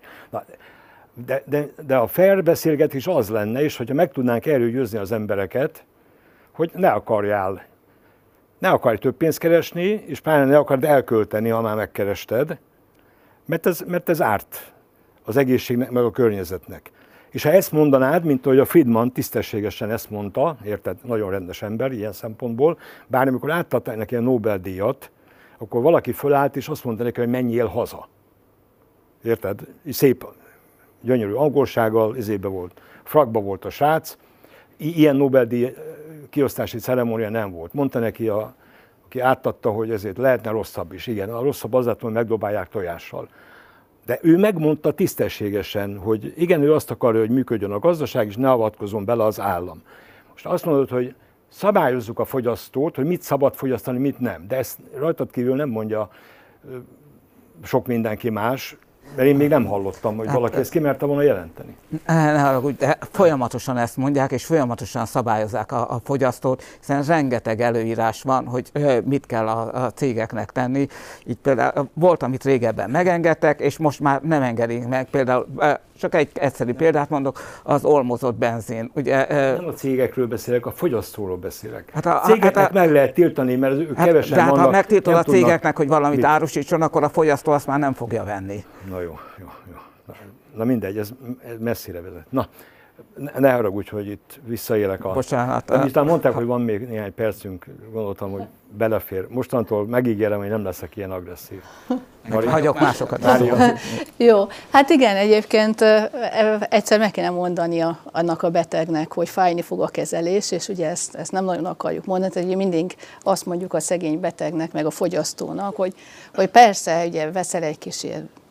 De a fair beszélgetés az lenne, és hogyha meg tudnánk erről győzni az embereket, hogy ne akarj több pénzt keresni, és pláne ne akard elkölteni, ha már megkerested, mert ez árt az egészségnek, meg a környezetnek. És ha ezt mondanád, mint ahogy a Friedman tisztességesen ezt mondta, érted, nagyon rendes ember ilyen szempontból, bár amikor átadták neki a Nobel-díjat, akkor valaki fölállt és azt mondta neki, hogy menjél haza. Érted? Szép, gyönyörű angolsággal, frakba volt a srác, ilyen Nobel-díj kiosztási ceremónia nem volt. Mondta neki, aki átadta, hogy ezért lehetne rosszabb is. Igen, a rosszabb az lett, hogy megdobálják tojással. De ő megmondta tisztességesen, hogy igen, ő azt akarja, hogy működjön a gazdaság, és ne avatkozzon bele az állam. Most azt mondod, hogy szabályozzuk a fogyasztót, hogy mit szabad fogyasztani, mit nem. De ezt rajtad kívül nem mondja sok mindenki más. Mert én még nem hallottam, hogy valaki ezt ki merte volna jelenteni. De folyamatosan ezt mondják, és folyamatosan szabályozzák a fogyasztót, hiszen rengeteg előírás van, hogy mit kell a cégeknek tenni. Így például volt, amit régebben megengedtek, és most már nem engedik meg. Például csak egy egyszerű példát mondok, az olmozott benzin. Ugye, nem a cégekről beszélek, a fogyasztóról beszélek. A cégeknek meg lehet tiltani, mert ők kevesen vannak. De ha megtiltod a cégeknek, hogy valamit árusítson, akkor a fogyasztó azt már nem fogja venni. Na jó. Na mindegy, ez messzire vezet. Na, ne haragudj, hogy itt visszaélek Bocsánat. Miután mondták, hogy van még néhány percünk, gondoltam, hogy belefér. Mostantól megígérem, hogy nem leszek ilyen agresszív. Hagyok másokat. Jó, hát igen, egyébként egyszer meg kéne mondania annak a betegnek, hogy fájni fog a kezelés, és ugye ezt nem nagyon akarjuk mondani, hogy mindig azt mondjuk a szegény betegnek, meg a fogyasztónak, hogy persze, ugye veszel egy kis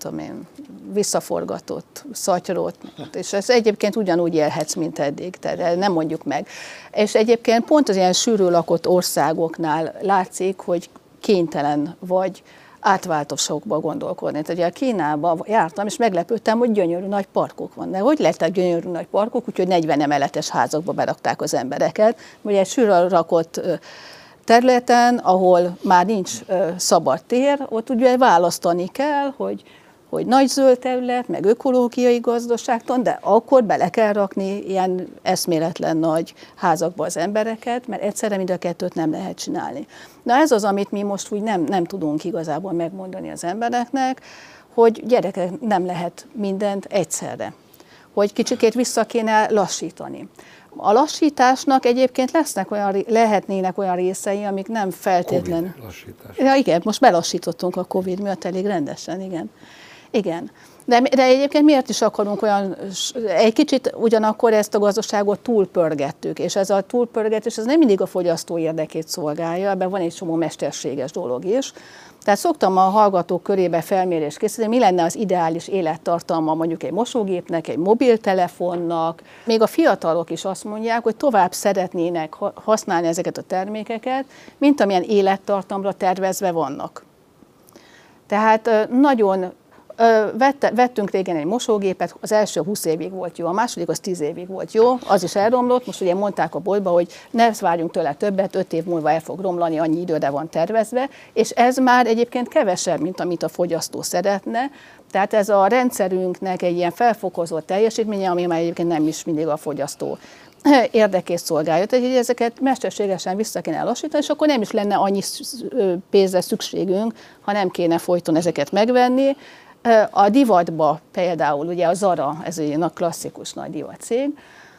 visszaforgatott szatyrot, és ezt egyébként ugyanúgy élhetsz, mint eddig, tehát nem mondjuk meg. És egyébként pont az ilyen sűrű lakott országoknál látszik, hogy kénytelen vagy átváltozókba gondolkodni. Tehát ugye Kínában jártam, és meglepődtem, hogy gyönyörű nagy parkok vannak. Hogy lettek gyönyörű nagy parkok, úgyhogy 40 emeletes házakba berakták az embereket. Ugye egy sűrűn rakott területen, ahol már nincs szabad tér, ott ugye választani kell, hogy nagy zöld terület, meg ökológiai gazdaságtan, de akkor bele kell rakni ilyen eszméletlen nagy házakba az embereket, mert egyszerre mind a kettőt nem lehet csinálni. Na ez az, amit mi most úgy nem tudunk igazából megmondani az embereknek, hogy gyerekek, nem lehet mindent egyszerre. Hogy kicsikét vissza kéne lassítani. A lassításnak egyébként lehetnének olyan részei, amik nem feltétlenül... Covid lassítás. Ja, igen, most belassítottunk a Covid miatt elég rendesen, igen. Igen. De egyébként miért is akarunk egy kicsit ugyanakkor ezt a gazdaságot túlpörgettük, és ez a túlpörgetés ez nem mindig a fogyasztó érdekét szolgálja, ebben van egy csomó mesterséges dolog is. Tehát szoktam a hallgatók körébe felmérést készíteni, mi lenne az ideális élettartalma mondjuk egy mosógépnek, egy mobiltelefonnak. Még a fiatalok is azt mondják, hogy tovább szeretnének használni ezeket a termékeket, mint amilyen élettartamra tervezve vannak. Tehát nagyon... Vettünk régen egy mosógépet, az első 20 évig volt jó, a második az 10 évig volt jó, az is elromlott, most ugye mondták a boltba, hogy ne várjunk tőle többet, 5 év múlva el fog romlani, annyi időre van tervezve, és ez már egyébként kevesebb, mint amit a fogyasztó szeretne, tehát ez a rendszerünknek egy ilyen felfokozott teljesítménye, ami már egyébként nem is mindig a fogyasztó érdekét szolgálja. Tehát ezeket mesterségesen vissza kéne lassítani, és akkor nem is lenne annyi pénzre szükségünk, ha nem kéne folyton ezeket megvenni. A divatba például, ugye a Zara, ez egy nagy klasszikus nagy divatcég,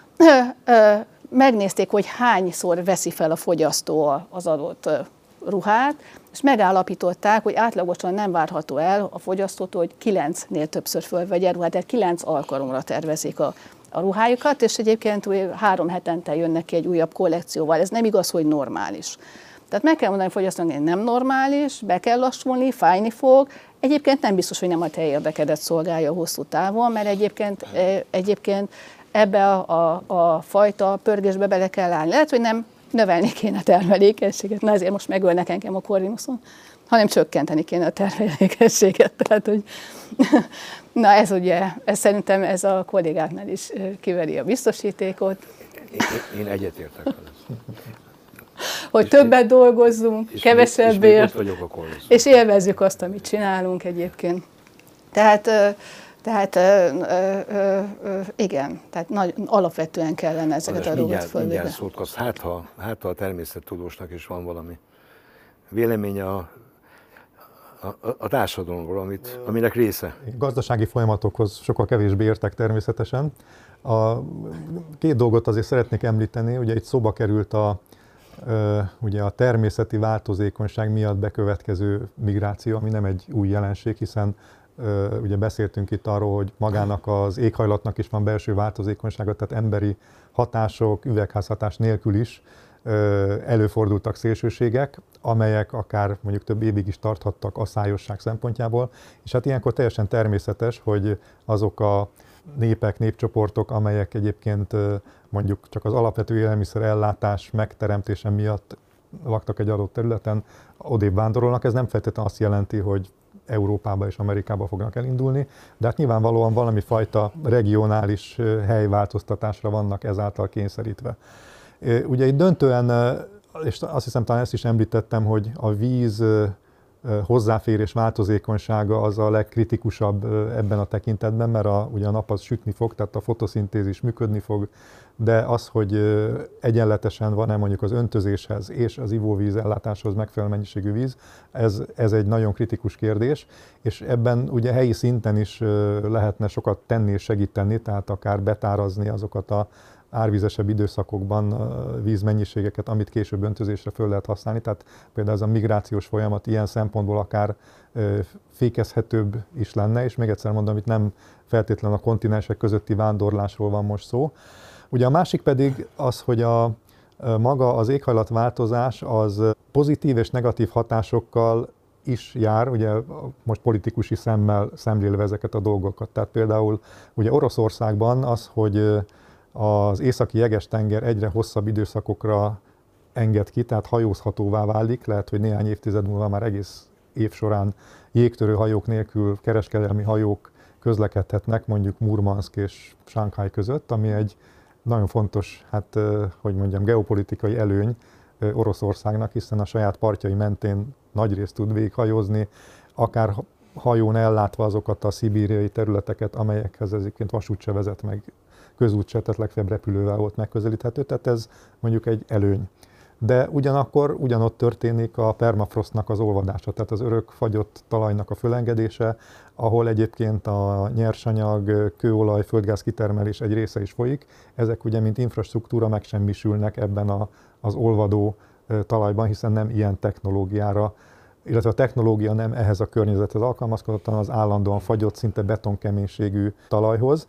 megnézték, hogy hányszor veszi fel a fogyasztó az adott ruhát, és megállapították, hogy átlagosan nem várható el a fogyasztótól, hogy 9-nél többször fölvegye ruhát, tehát 9 alkalomra tervezik a ruhájukat, és egyébként 3 hetente jönnek ki egy újabb kollekcióval. Ez nem igaz, hogy normális. Tehát meg kell mondani, hogy fogyasztónak nem normális, be kell lassulni, fájni fog. Egyébként nem biztos, hogy nem a te érdekedet szolgálja hosszú távon, mert egyébként ebbe a fajta pörgésbe bele kell állni. Lehet, hogy nem növelni kéne a termelékenységet, na ezért most megölnek engem a Corvinuson, hanem csökkenteni kéne a termelékenységet. Tehát, hogy na ez ugye, szerintem ez a kollégáknál is kiveri a biztosítékot. Én egyetértek. Hogy többet dolgozzunk, kevesebbért, és élvezzük azt, amit csinálunk egyébként. Tehát igen, tehát alapvetően kellene ezeket a dolgokat fölvédeni. Mindjárt szót kapsz, hát ha a természettudósnak is van valami véleménye a társadalomról, aminek része. Gazdasági folyamatokhoz sokkal kevésbé értek természetesen. Két dolgot azért szeretnék említeni, ugye itt szóba került ugye a természeti változékonyság miatt bekövetkező migráció, ami nem egy új jelenség, hiszen ugye beszéltünk itt arról, hogy magának az éghajlatnak is van belső változékonysága, tehát emberi hatások, üvegházhatás nélkül is előfordultak szélsőségek, amelyek akár mondjuk több évig is tarthattak asszályosság szempontjából, és hát ilyenkor teljesen természetes, hogy azok a népek, népcsoportok, amelyek egyébként mondjuk csak az alapvető élelmiszerellátás megteremtése miatt laktak egy adott területen, odébb vándorolnak. Ez nem feltétlenül azt jelenti, hogy Európába és Amerikába fognak elindulni, de hát nyilvánvalóan valami fajta regionális helyváltoztatásra vannak ezáltal kényszerítve. Ugye itt döntően, és azt hiszem talán ezt is említettem, hogy a víz hozzáférés változékonysága az a legkritikusabb ebben a tekintetben, mert ugye a nap az sütni fog, tehát a fotoszintézis működni fog, de az, hogy egyenletesen van-e mondjuk az öntözéshez és az ivóvíz ellátáshoz megfelelő mennyiségű víz, ez egy nagyon kritikus kérdés, és ebben ugye helyi szinten is lehetne sokat tenni és segíteni, tehát akár betárazni azokat a árvizesebb időszakokban vízmennyiségeket, amit később öntözésre föl lehet használni. Tehát például ez a migrációs folyamat ilyen szempontból akár fékezhetőbb is lenne, és még egyszer mondom, itt nem feltétlenül a kontinensek közötti vándorlásról van most szó. Ugye a másik pedig az, hogy maga az éghajlatváltozás az pozitív és negatív hatásokkal is jár, ugye most politikusi szemmel szemlélve ezeket a dolgokat. Tehát például ugye Oroszországban az, hogy az északi jegestenger egyre hosszabb időszakokra enged ki, tehát hajózhatóvá válik, lehet, hogy néhány évtized múlva már egész év során jégtörő hajók nélkül kereskedelmi hajók közlekedhetnek, mondjuk Murmanszk és Shanghai között, ami egy nagyon fontos, hát hogy mondjam, geopolitikai előny Oroszországnak, hiszen a saját partjai mentén nagyrészt tud végighajózni, akár hajón ellátva azokat a szibériai területeket, amelyekhez egyébként vasút se vezet meg, közút se, tehát legfeljebb repülővel volt megközelíthető, tehát ez mondjuk egy előny. De ugyanakkor ugyanott történik a permafrostnak az olvadása, tehát az örök fagyott talajnak a fölengedése, ahol egyébként a nyersanyag, kőolaj, földgáz kitermelés egy része is folyik. Ezek ugye mint infrastruktúra megsemmisülnek ebben az olvadó talajban, hiszen nem ilyen technológiára, illetve a technológia nem ehhez a környezethez alkalmazkodott, hanem az állandóan fagyott, szinte betonkeménységű talajhoz.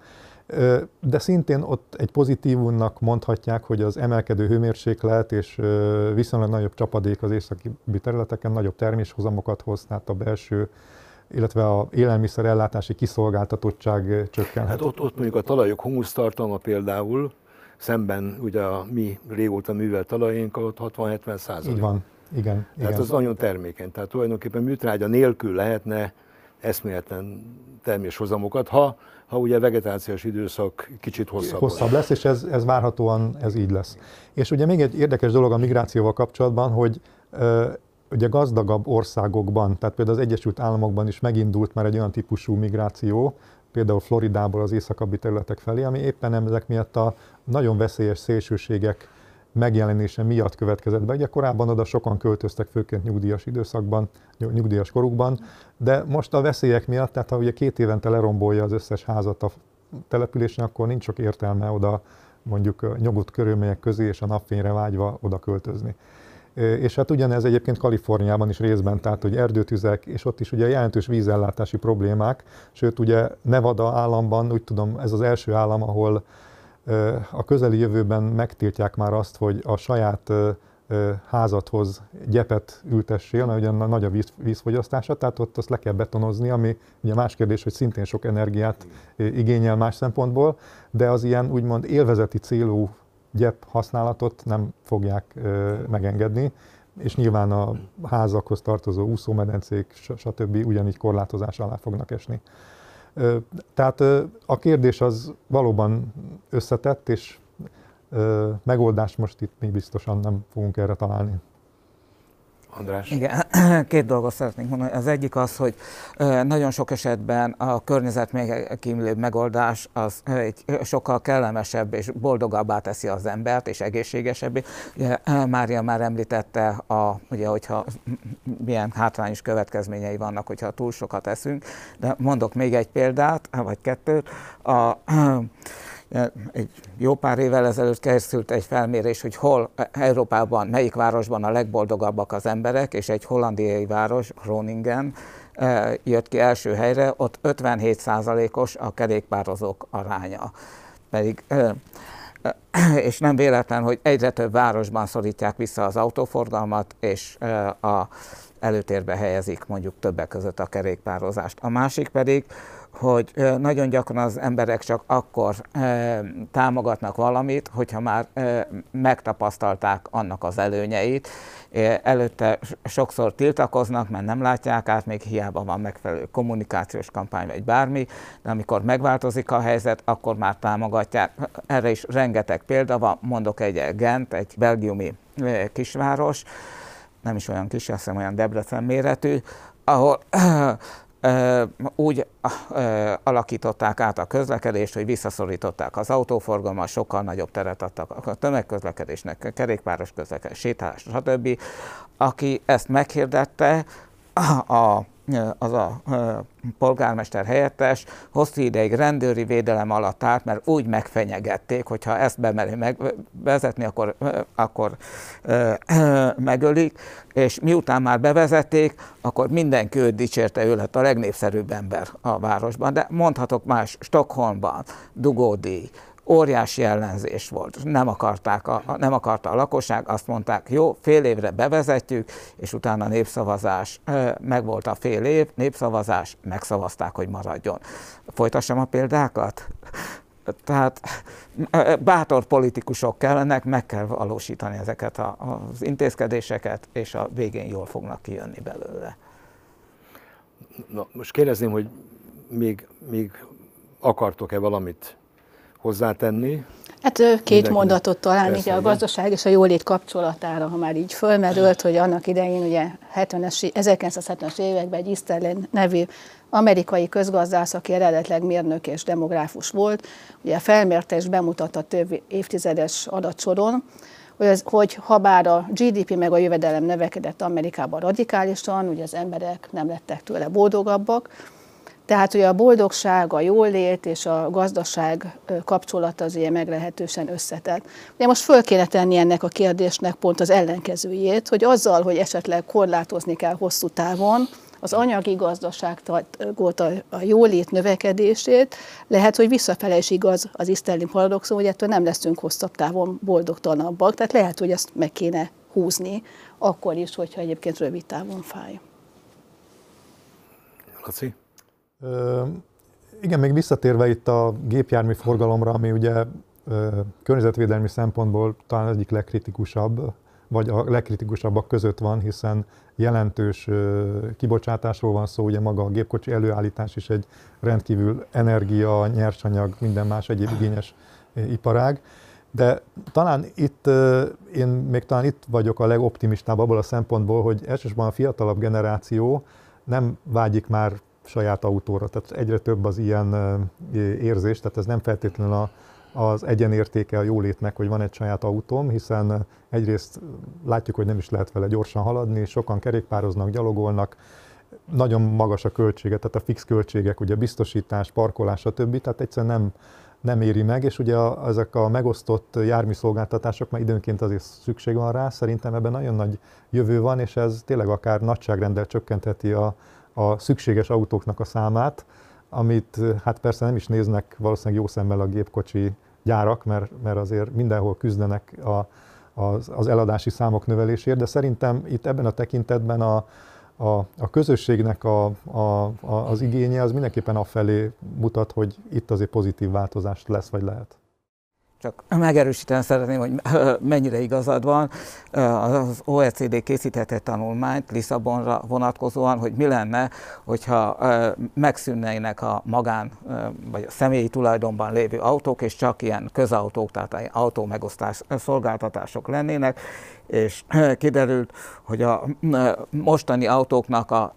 De szintén ott egy pozitívumnak mondhatják, hogy az emelkedő hőmérséklet és viszonylag nagyobb csapadék az északi területeken nagyobb terméshozamokat hoz, tehát a belső, illetve a élelmiszerellátási kiszolgáltatottság csökkenhet. Hát ott mondjuk a talajok humusztartalma például, szemben ugye a mi régóta művelt talajainkkal ott 60-70%. Így van, igen. Tehát igen. az nagyon termékeny. Tehát tulajdonképpen műtrágya nélkül lehetne eszméletlen terméshozamokat, ha ugye a vegetációs időszak kicsit hosszabb lesz, és ez várhatóan ez így lesz. És ugye még egy érdekes dolog a migrációval kapcsolatban, hogy ugye gazdagabb országokban, tehát például az Egyesült Államokban is megindult már egy olyan típusú migráció, például Floridából az északabbi területek felé, ami éppen ezek miatt a nagyon veszélyes szélsőségek megjelenése miatt következett be. Ugye korábban oda sokan költöztek, főként nyugdíjas időszakban, nyugdíjas korukban, de most a veszélyek miatt, tehát ha ugye 2 évente lerombolja az összes házat a településen, akkor nincs sok értelme oda mondjuk nyugodt körülmények közé és a napfényre vágyva oda költözni. És hát ugyanez egyébként Kaliforniában is részben, tehát hogy erdőtüzek, és ott is ugye jelentős vízellátási problémák, sőt ugye Nevada államban, úgy tudom, ez az első állam, ahol a közeli jövőben megtiltják már azt, hogy a saját házadhoz gyepet ültessél, mert ugye nagy a vízfogyasztása, tehát ott azt le kell betonozni, ami ugye más kérdés, hogy szintén sok energiát igényel más szempontból, de az ilyen úgymond élvezeti célú gyep használatot nem fogják megengedni, és nyilván a házakhoz tartozó úszómedencék, stb. Ugyanígy korlátozás alá fognak esni. Tehát a kérdés az valóban összetett, és megoldást most itt mi biztosan nem fogunk erre találni. András? Igen, 2 dolgot szeretnénk mondani. Az egyik az, hogy nagyon sok esetben a környezet megkímélőbb megoldás az egy sokkal kellemesebb és boldogabbá teszi az embert, és egészségesebbé. Ugye, Mária már említette, ugye, hogyha milyen hátrányos következményei vannak, hogyha túl sokat eszünk, de mondok még egy példát, vagy 2. Egy jó pár évvel ezelőtt készült egy felmérés, hogy hol Európában, melyik városban a legboldogabbak az emberek, és egy hollandiai város, Groningen, jött ki első helyre, ott 57%-os a kerékpározók aránya. Pedig, és nem véletlen, hogy egyre több városban szorítják vissza az autóforgalmat, és előtérbe helyezik mondjuk többek között a kerékpározást. A másik pedig, hogy nagyon gyakran az emberek csak akkor támogatnak valamit, hogyha már megtapasztalták annak az előnyeit. Előtte sokszor tiltakoznak, mert nem látják át, még hiába van megfelelő kommunikációs kampány vagy bármi, de amikor megváltozik a helyzet, akkor már támogatják. Erre is rengeteg példa van, mondok Gent, egy belgiumi kisváros, nem is olyan kis, azt hiszem olyan Debrecen méretű, ahol úgy alakították át a közlekedést, hogy visszaszorították az autóforgalmat, sokkal nagyobb teret adtak a tömegközlekedésnek, kerékpáros közlekedés, sétálás, stb. Aki ezt meghirdette, az a polgármester helyettes hosszú ideig rendőri védelem alatt állt, mert úgy megfenyegették, hogyha ezt bemeri megvezetni, akkor megölik, és miután már bevezették, akkor mindenki őt dicsérte, ő lett a legnépszerűbb ember a városban, de mondhatok más, Stockholmban, dugódíj, óriási ellenzés volt, nem akarta a lakosság, azt mondták, jó, fél évre bevezetjük, és utána népszavazás, megvolt a fél év, népszavazás, megszavazták, hogy maradjon. Folytassam a példákat? Tehát bátor politikusok kellenek, meg kell valósítani ezeket az intézkedéseket, és a végén jól fognak kijönni belőle. Na, most kérdezném, hogy még akartok-e valamit hozzátenni? Hát két mondatot talán így a gazdaság és a jólét kapcsolatára, ha már így fölmerült, hogy annak idején ugye 1970-es években egy Easterlin nevű amerikai közgazdász, aki eredetileg mérnök és demográfus volt, ugye felmérte és bemutatta több évtizedes adatsoron, hogy ha bár a GDP meg a jövedelem növekedett Amerikában radikálisan, ugye az emberek nem lettek tőle boldogabbak, tehát ugye a boldogság, a jólét és a gazdaság kapcsolata az ugye meglehetősen összetett. De most föl kéne tenni ennek a kérdésnek pont az ellenkezőjét, hogy azzal, hogy esetleg korlátozni kell hosszú távon az anyagi gazdaságot, a jólét növekedését, lehet, hogy visszafele is igaz az Easterlin paradoxon, hogy ettől nem leszünk hosszabb távon boldogtalanabbak, tehát lehet, hogy ezt meg kéne húzni, akkor is, hogyha egyébként rövid távon fáj. Laci? Igen, még visszatérve itt a gépjármű forgalomra, ami ugye környezetvédelmi szempontból talán egyik legkritikusabb, vagy a legkritikusabbak között van, hiszen jelentős kibocsátásról van szó, ugye maga a gépkocsi előállítás is egy rendkívül energia, nyersanyag, minden más egyéb igényes iparág. De talán én még talán itt vagyok a legoptimistább abból a szempontból, hogy elsősorban a fiatalabb generáció nem vágyik már saját autóra, tehát egyre több az ilyen érzés, tehát ez nem feltétlenül az egyenértéke a jólétnek, hogy van egy saját autóm, hiszen egyrészt látjuk, hogy nem is lehet vele gyorsan haladni, sokan kerékpároznak, gyalogolnak, nagyon magas a költsége, tehát a fix költségek, ugye biztosítás, parkolás, stb. Tehát egyszerűen nem éri meg, és ugye ezek a megosztott járműszolgáltatások, már időnként azért szükség van rá, szerintem ebben nagyon nagy jövő van, és ez tényleg akár nagyságrendel csökkentheti a szükséges autóknak a számát, amit hát persze nem is néznek valószínűleg jó szemmel a gépkocsi gyárak, mert azért mindenhol küzdenek az eladási számok növelésért, de szerintem itt ebben a tekintetben a közösségnek az igénye az mindenképpen afelé mutat, hogy itt azért pozitív változás lesz vagy lehet. Csak megerősíteni szeretném, hogy mennyire igazad van. Az OECD készített egy tanulmányt Lisszabonra vonatkozóan, hogy mi lenne, hogyha megszűnnének a magán vagy a személyi tulajdonban lévő autók, és csak ilyen közautók, tehát autómegosztás szolgáltatások lennének, és kiderült, hogy a mostani autóknak a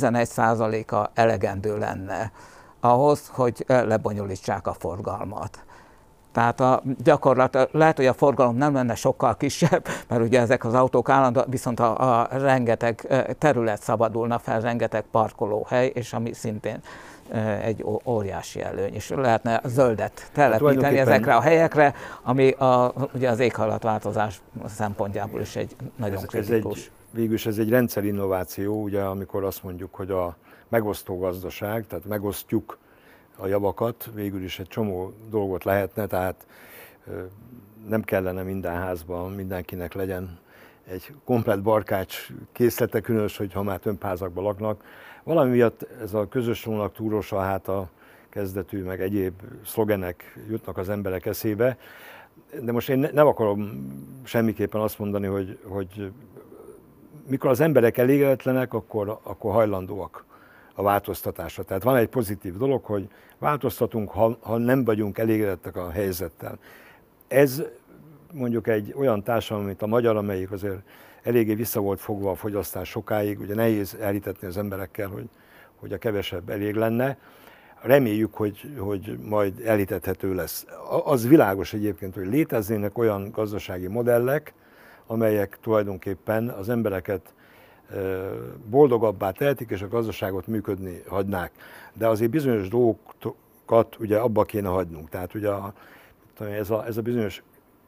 11%-a elegendő lenne ahhoz, hogy lebonyolítsák a forgalmat. Tehát gyakorlatilag lehet, hogy a forgalom nem lenne sokkal kisebb, mert ugye ezek az autók állandóan, viszont a rengeteg terület szabadulna fel, rengeteg parkolóhely, és ami szintén egy óriási előny, és lehetne zöldet telepíteni ezekre a helyekre, ami ugye az éghajlatváltozás szempontjából is egy nagyon kritikus. Végülis ez egy rendszerinnováció, ugye, amikor azt mondjuk, hogy a megosztó gazdaság, tehát megosztjuk a javakat, végül is egy csomó dolgot lehetne, tehát nem kellene minden házban mindenkinek legyen egy komplett barkács készlete, különös, hogy ha már tömbházakban laknak. Valami miatt ez a közös csónak, túros a háta kezdetű, meg egyéb szlogenek jutnak az emberek eszébe. De most én nem akarom semmiképpen azt mondani, hogy mikor az emberek elégedetlenek, akkor hajlandóak a változtatásra. Tehát van egy pozitív dolog, hogy változtatunk, ha nem vagyunk elégedettek a helyzettel. Ez mondjuk egy olyan társadalom, mint a magyar, amelyik azért eléggé vissza volt fogva a fogyasztás sokáig, ugye nehéz elhitetni az emberekkel, hogy a kevesebb elég lenne. Reméljük, hogy majd elhitethető lesz. Az világos egyébként, hogy léteznének olyan gazdasági modellek, amelyek tulajdonképpen az embereket boldogabbá tehetik, és a gazdaságot működni hagynák. De azért bizonyos dolgokat ugye abba kéne hagynunk. Tehát ugye ez a bizonyos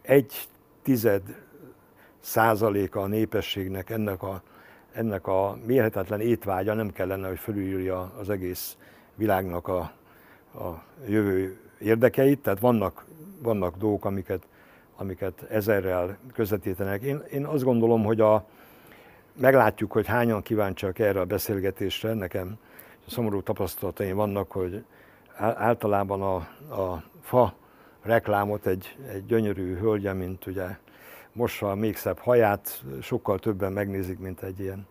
0,1% a népességnek ennek a mérhetetlen étvágya nem kellene, hogy fölülírja az egész világnak a jövő érdekeit. Tehát vannak dolgok, amiket ezerrel közvetítenek. Én azt gondolom, hogy meglátjuk, hogy hányan kíváncsiak erre a beszélgetésre. Nekem szomorú tapasztalataim vannak, hogy általában a fa reklámot egy gyönyörű hölgye, mint ugye mossa a még szebb haját, sokkal többen megnézik, mint egy ilyen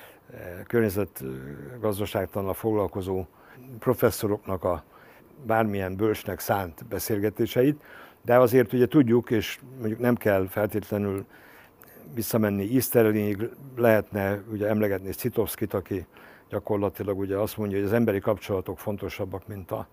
környezetgazdaságtannal foglalkozó professzoroknak a bármilyen bölcsnek szánt beszélgetéseit. De azért ugye tudjuk, és mondjuk nem kell feltétlenül visszamenni Easterlinig, lehetne ugye emlegetni Citovszkit, aki gyakorlatilag ugye azt mondja, hogy az emberi kapcsolatok fontosabbak,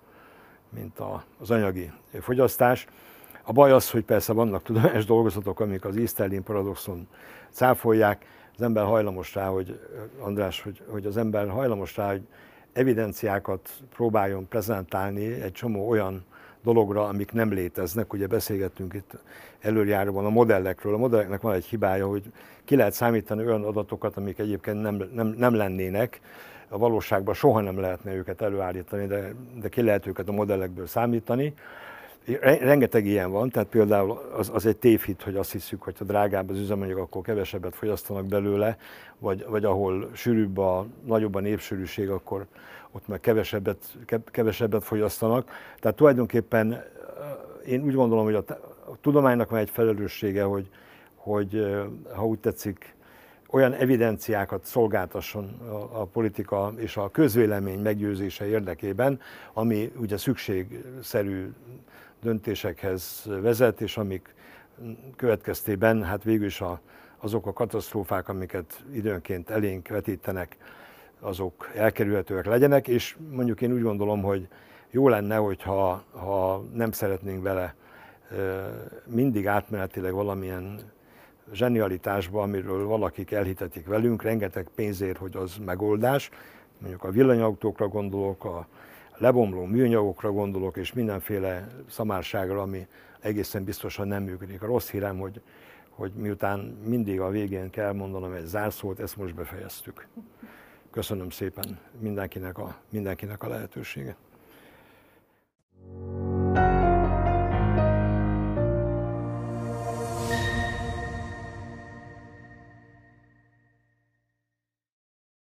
mint az anyagi fogyasztás. A baj az, hogy persze vannak tudományos dolgozatok, amik az Easterlin paradoxon cáfolják. Az ember hajlamos rá, András, hogy az ember hajlamos rá, hogy evidenciákat próbáljon prezentálni egy csomó olyan dologra, amik nem léteznek. Ugye beszélgettünk itt előjáróban a modellekről. A modelleknek van egy hibája, hogy ki lehet számítani olyan adatokat, amik egyébként nem lennének. A valóságban soha nem lehetne őket előállítani, de ki lehet őket a modellekből számítani. Rengeteg ilyen van, tehát például az egy tévhit, hogy azt hiszük, hogy ha drágább az üzemanyag, akkor kevesebbet fogyasztanak belőle, vagy ahol sűrűbb nagyobb a népsűrűség, akkor ott meg kevesebbet fogyasztanak. Tehát tulajdonképpen én úgy gondolom, hogy a tudománynak van egy felelőssége, hogy ha úgy tetszik, olyan evidenciákat szolgáltasson a politika és a közvélemény meggyőzése érdekében, ami ugye szükségszerű döntésekhez vezet, és amik következtében hát végül is azok a katasztrófák, amiket időnként elénk vetítenek, azok elkerülhetőek legyenek, és mondjuk én úgy gondolom, hogy jó lenne, hogyha nem szeretnénk vele mindig átmenetileg valamilyen zsenialitásba, amiről valakik elhitetik velünk, rengeteg pénzért, hogy az megoldás. Mondjuk a villanyautókra gondolok, a lebomló műanyagokra gondolok, és mindenféle szamárságra, ami egészen biztosan nem működik. A rossz hírem, hogy miután mindig a végén kell mondanom egy zárszót, ezt most befejeztük. Köszönöm szépen mindenkinek a lehetőséget.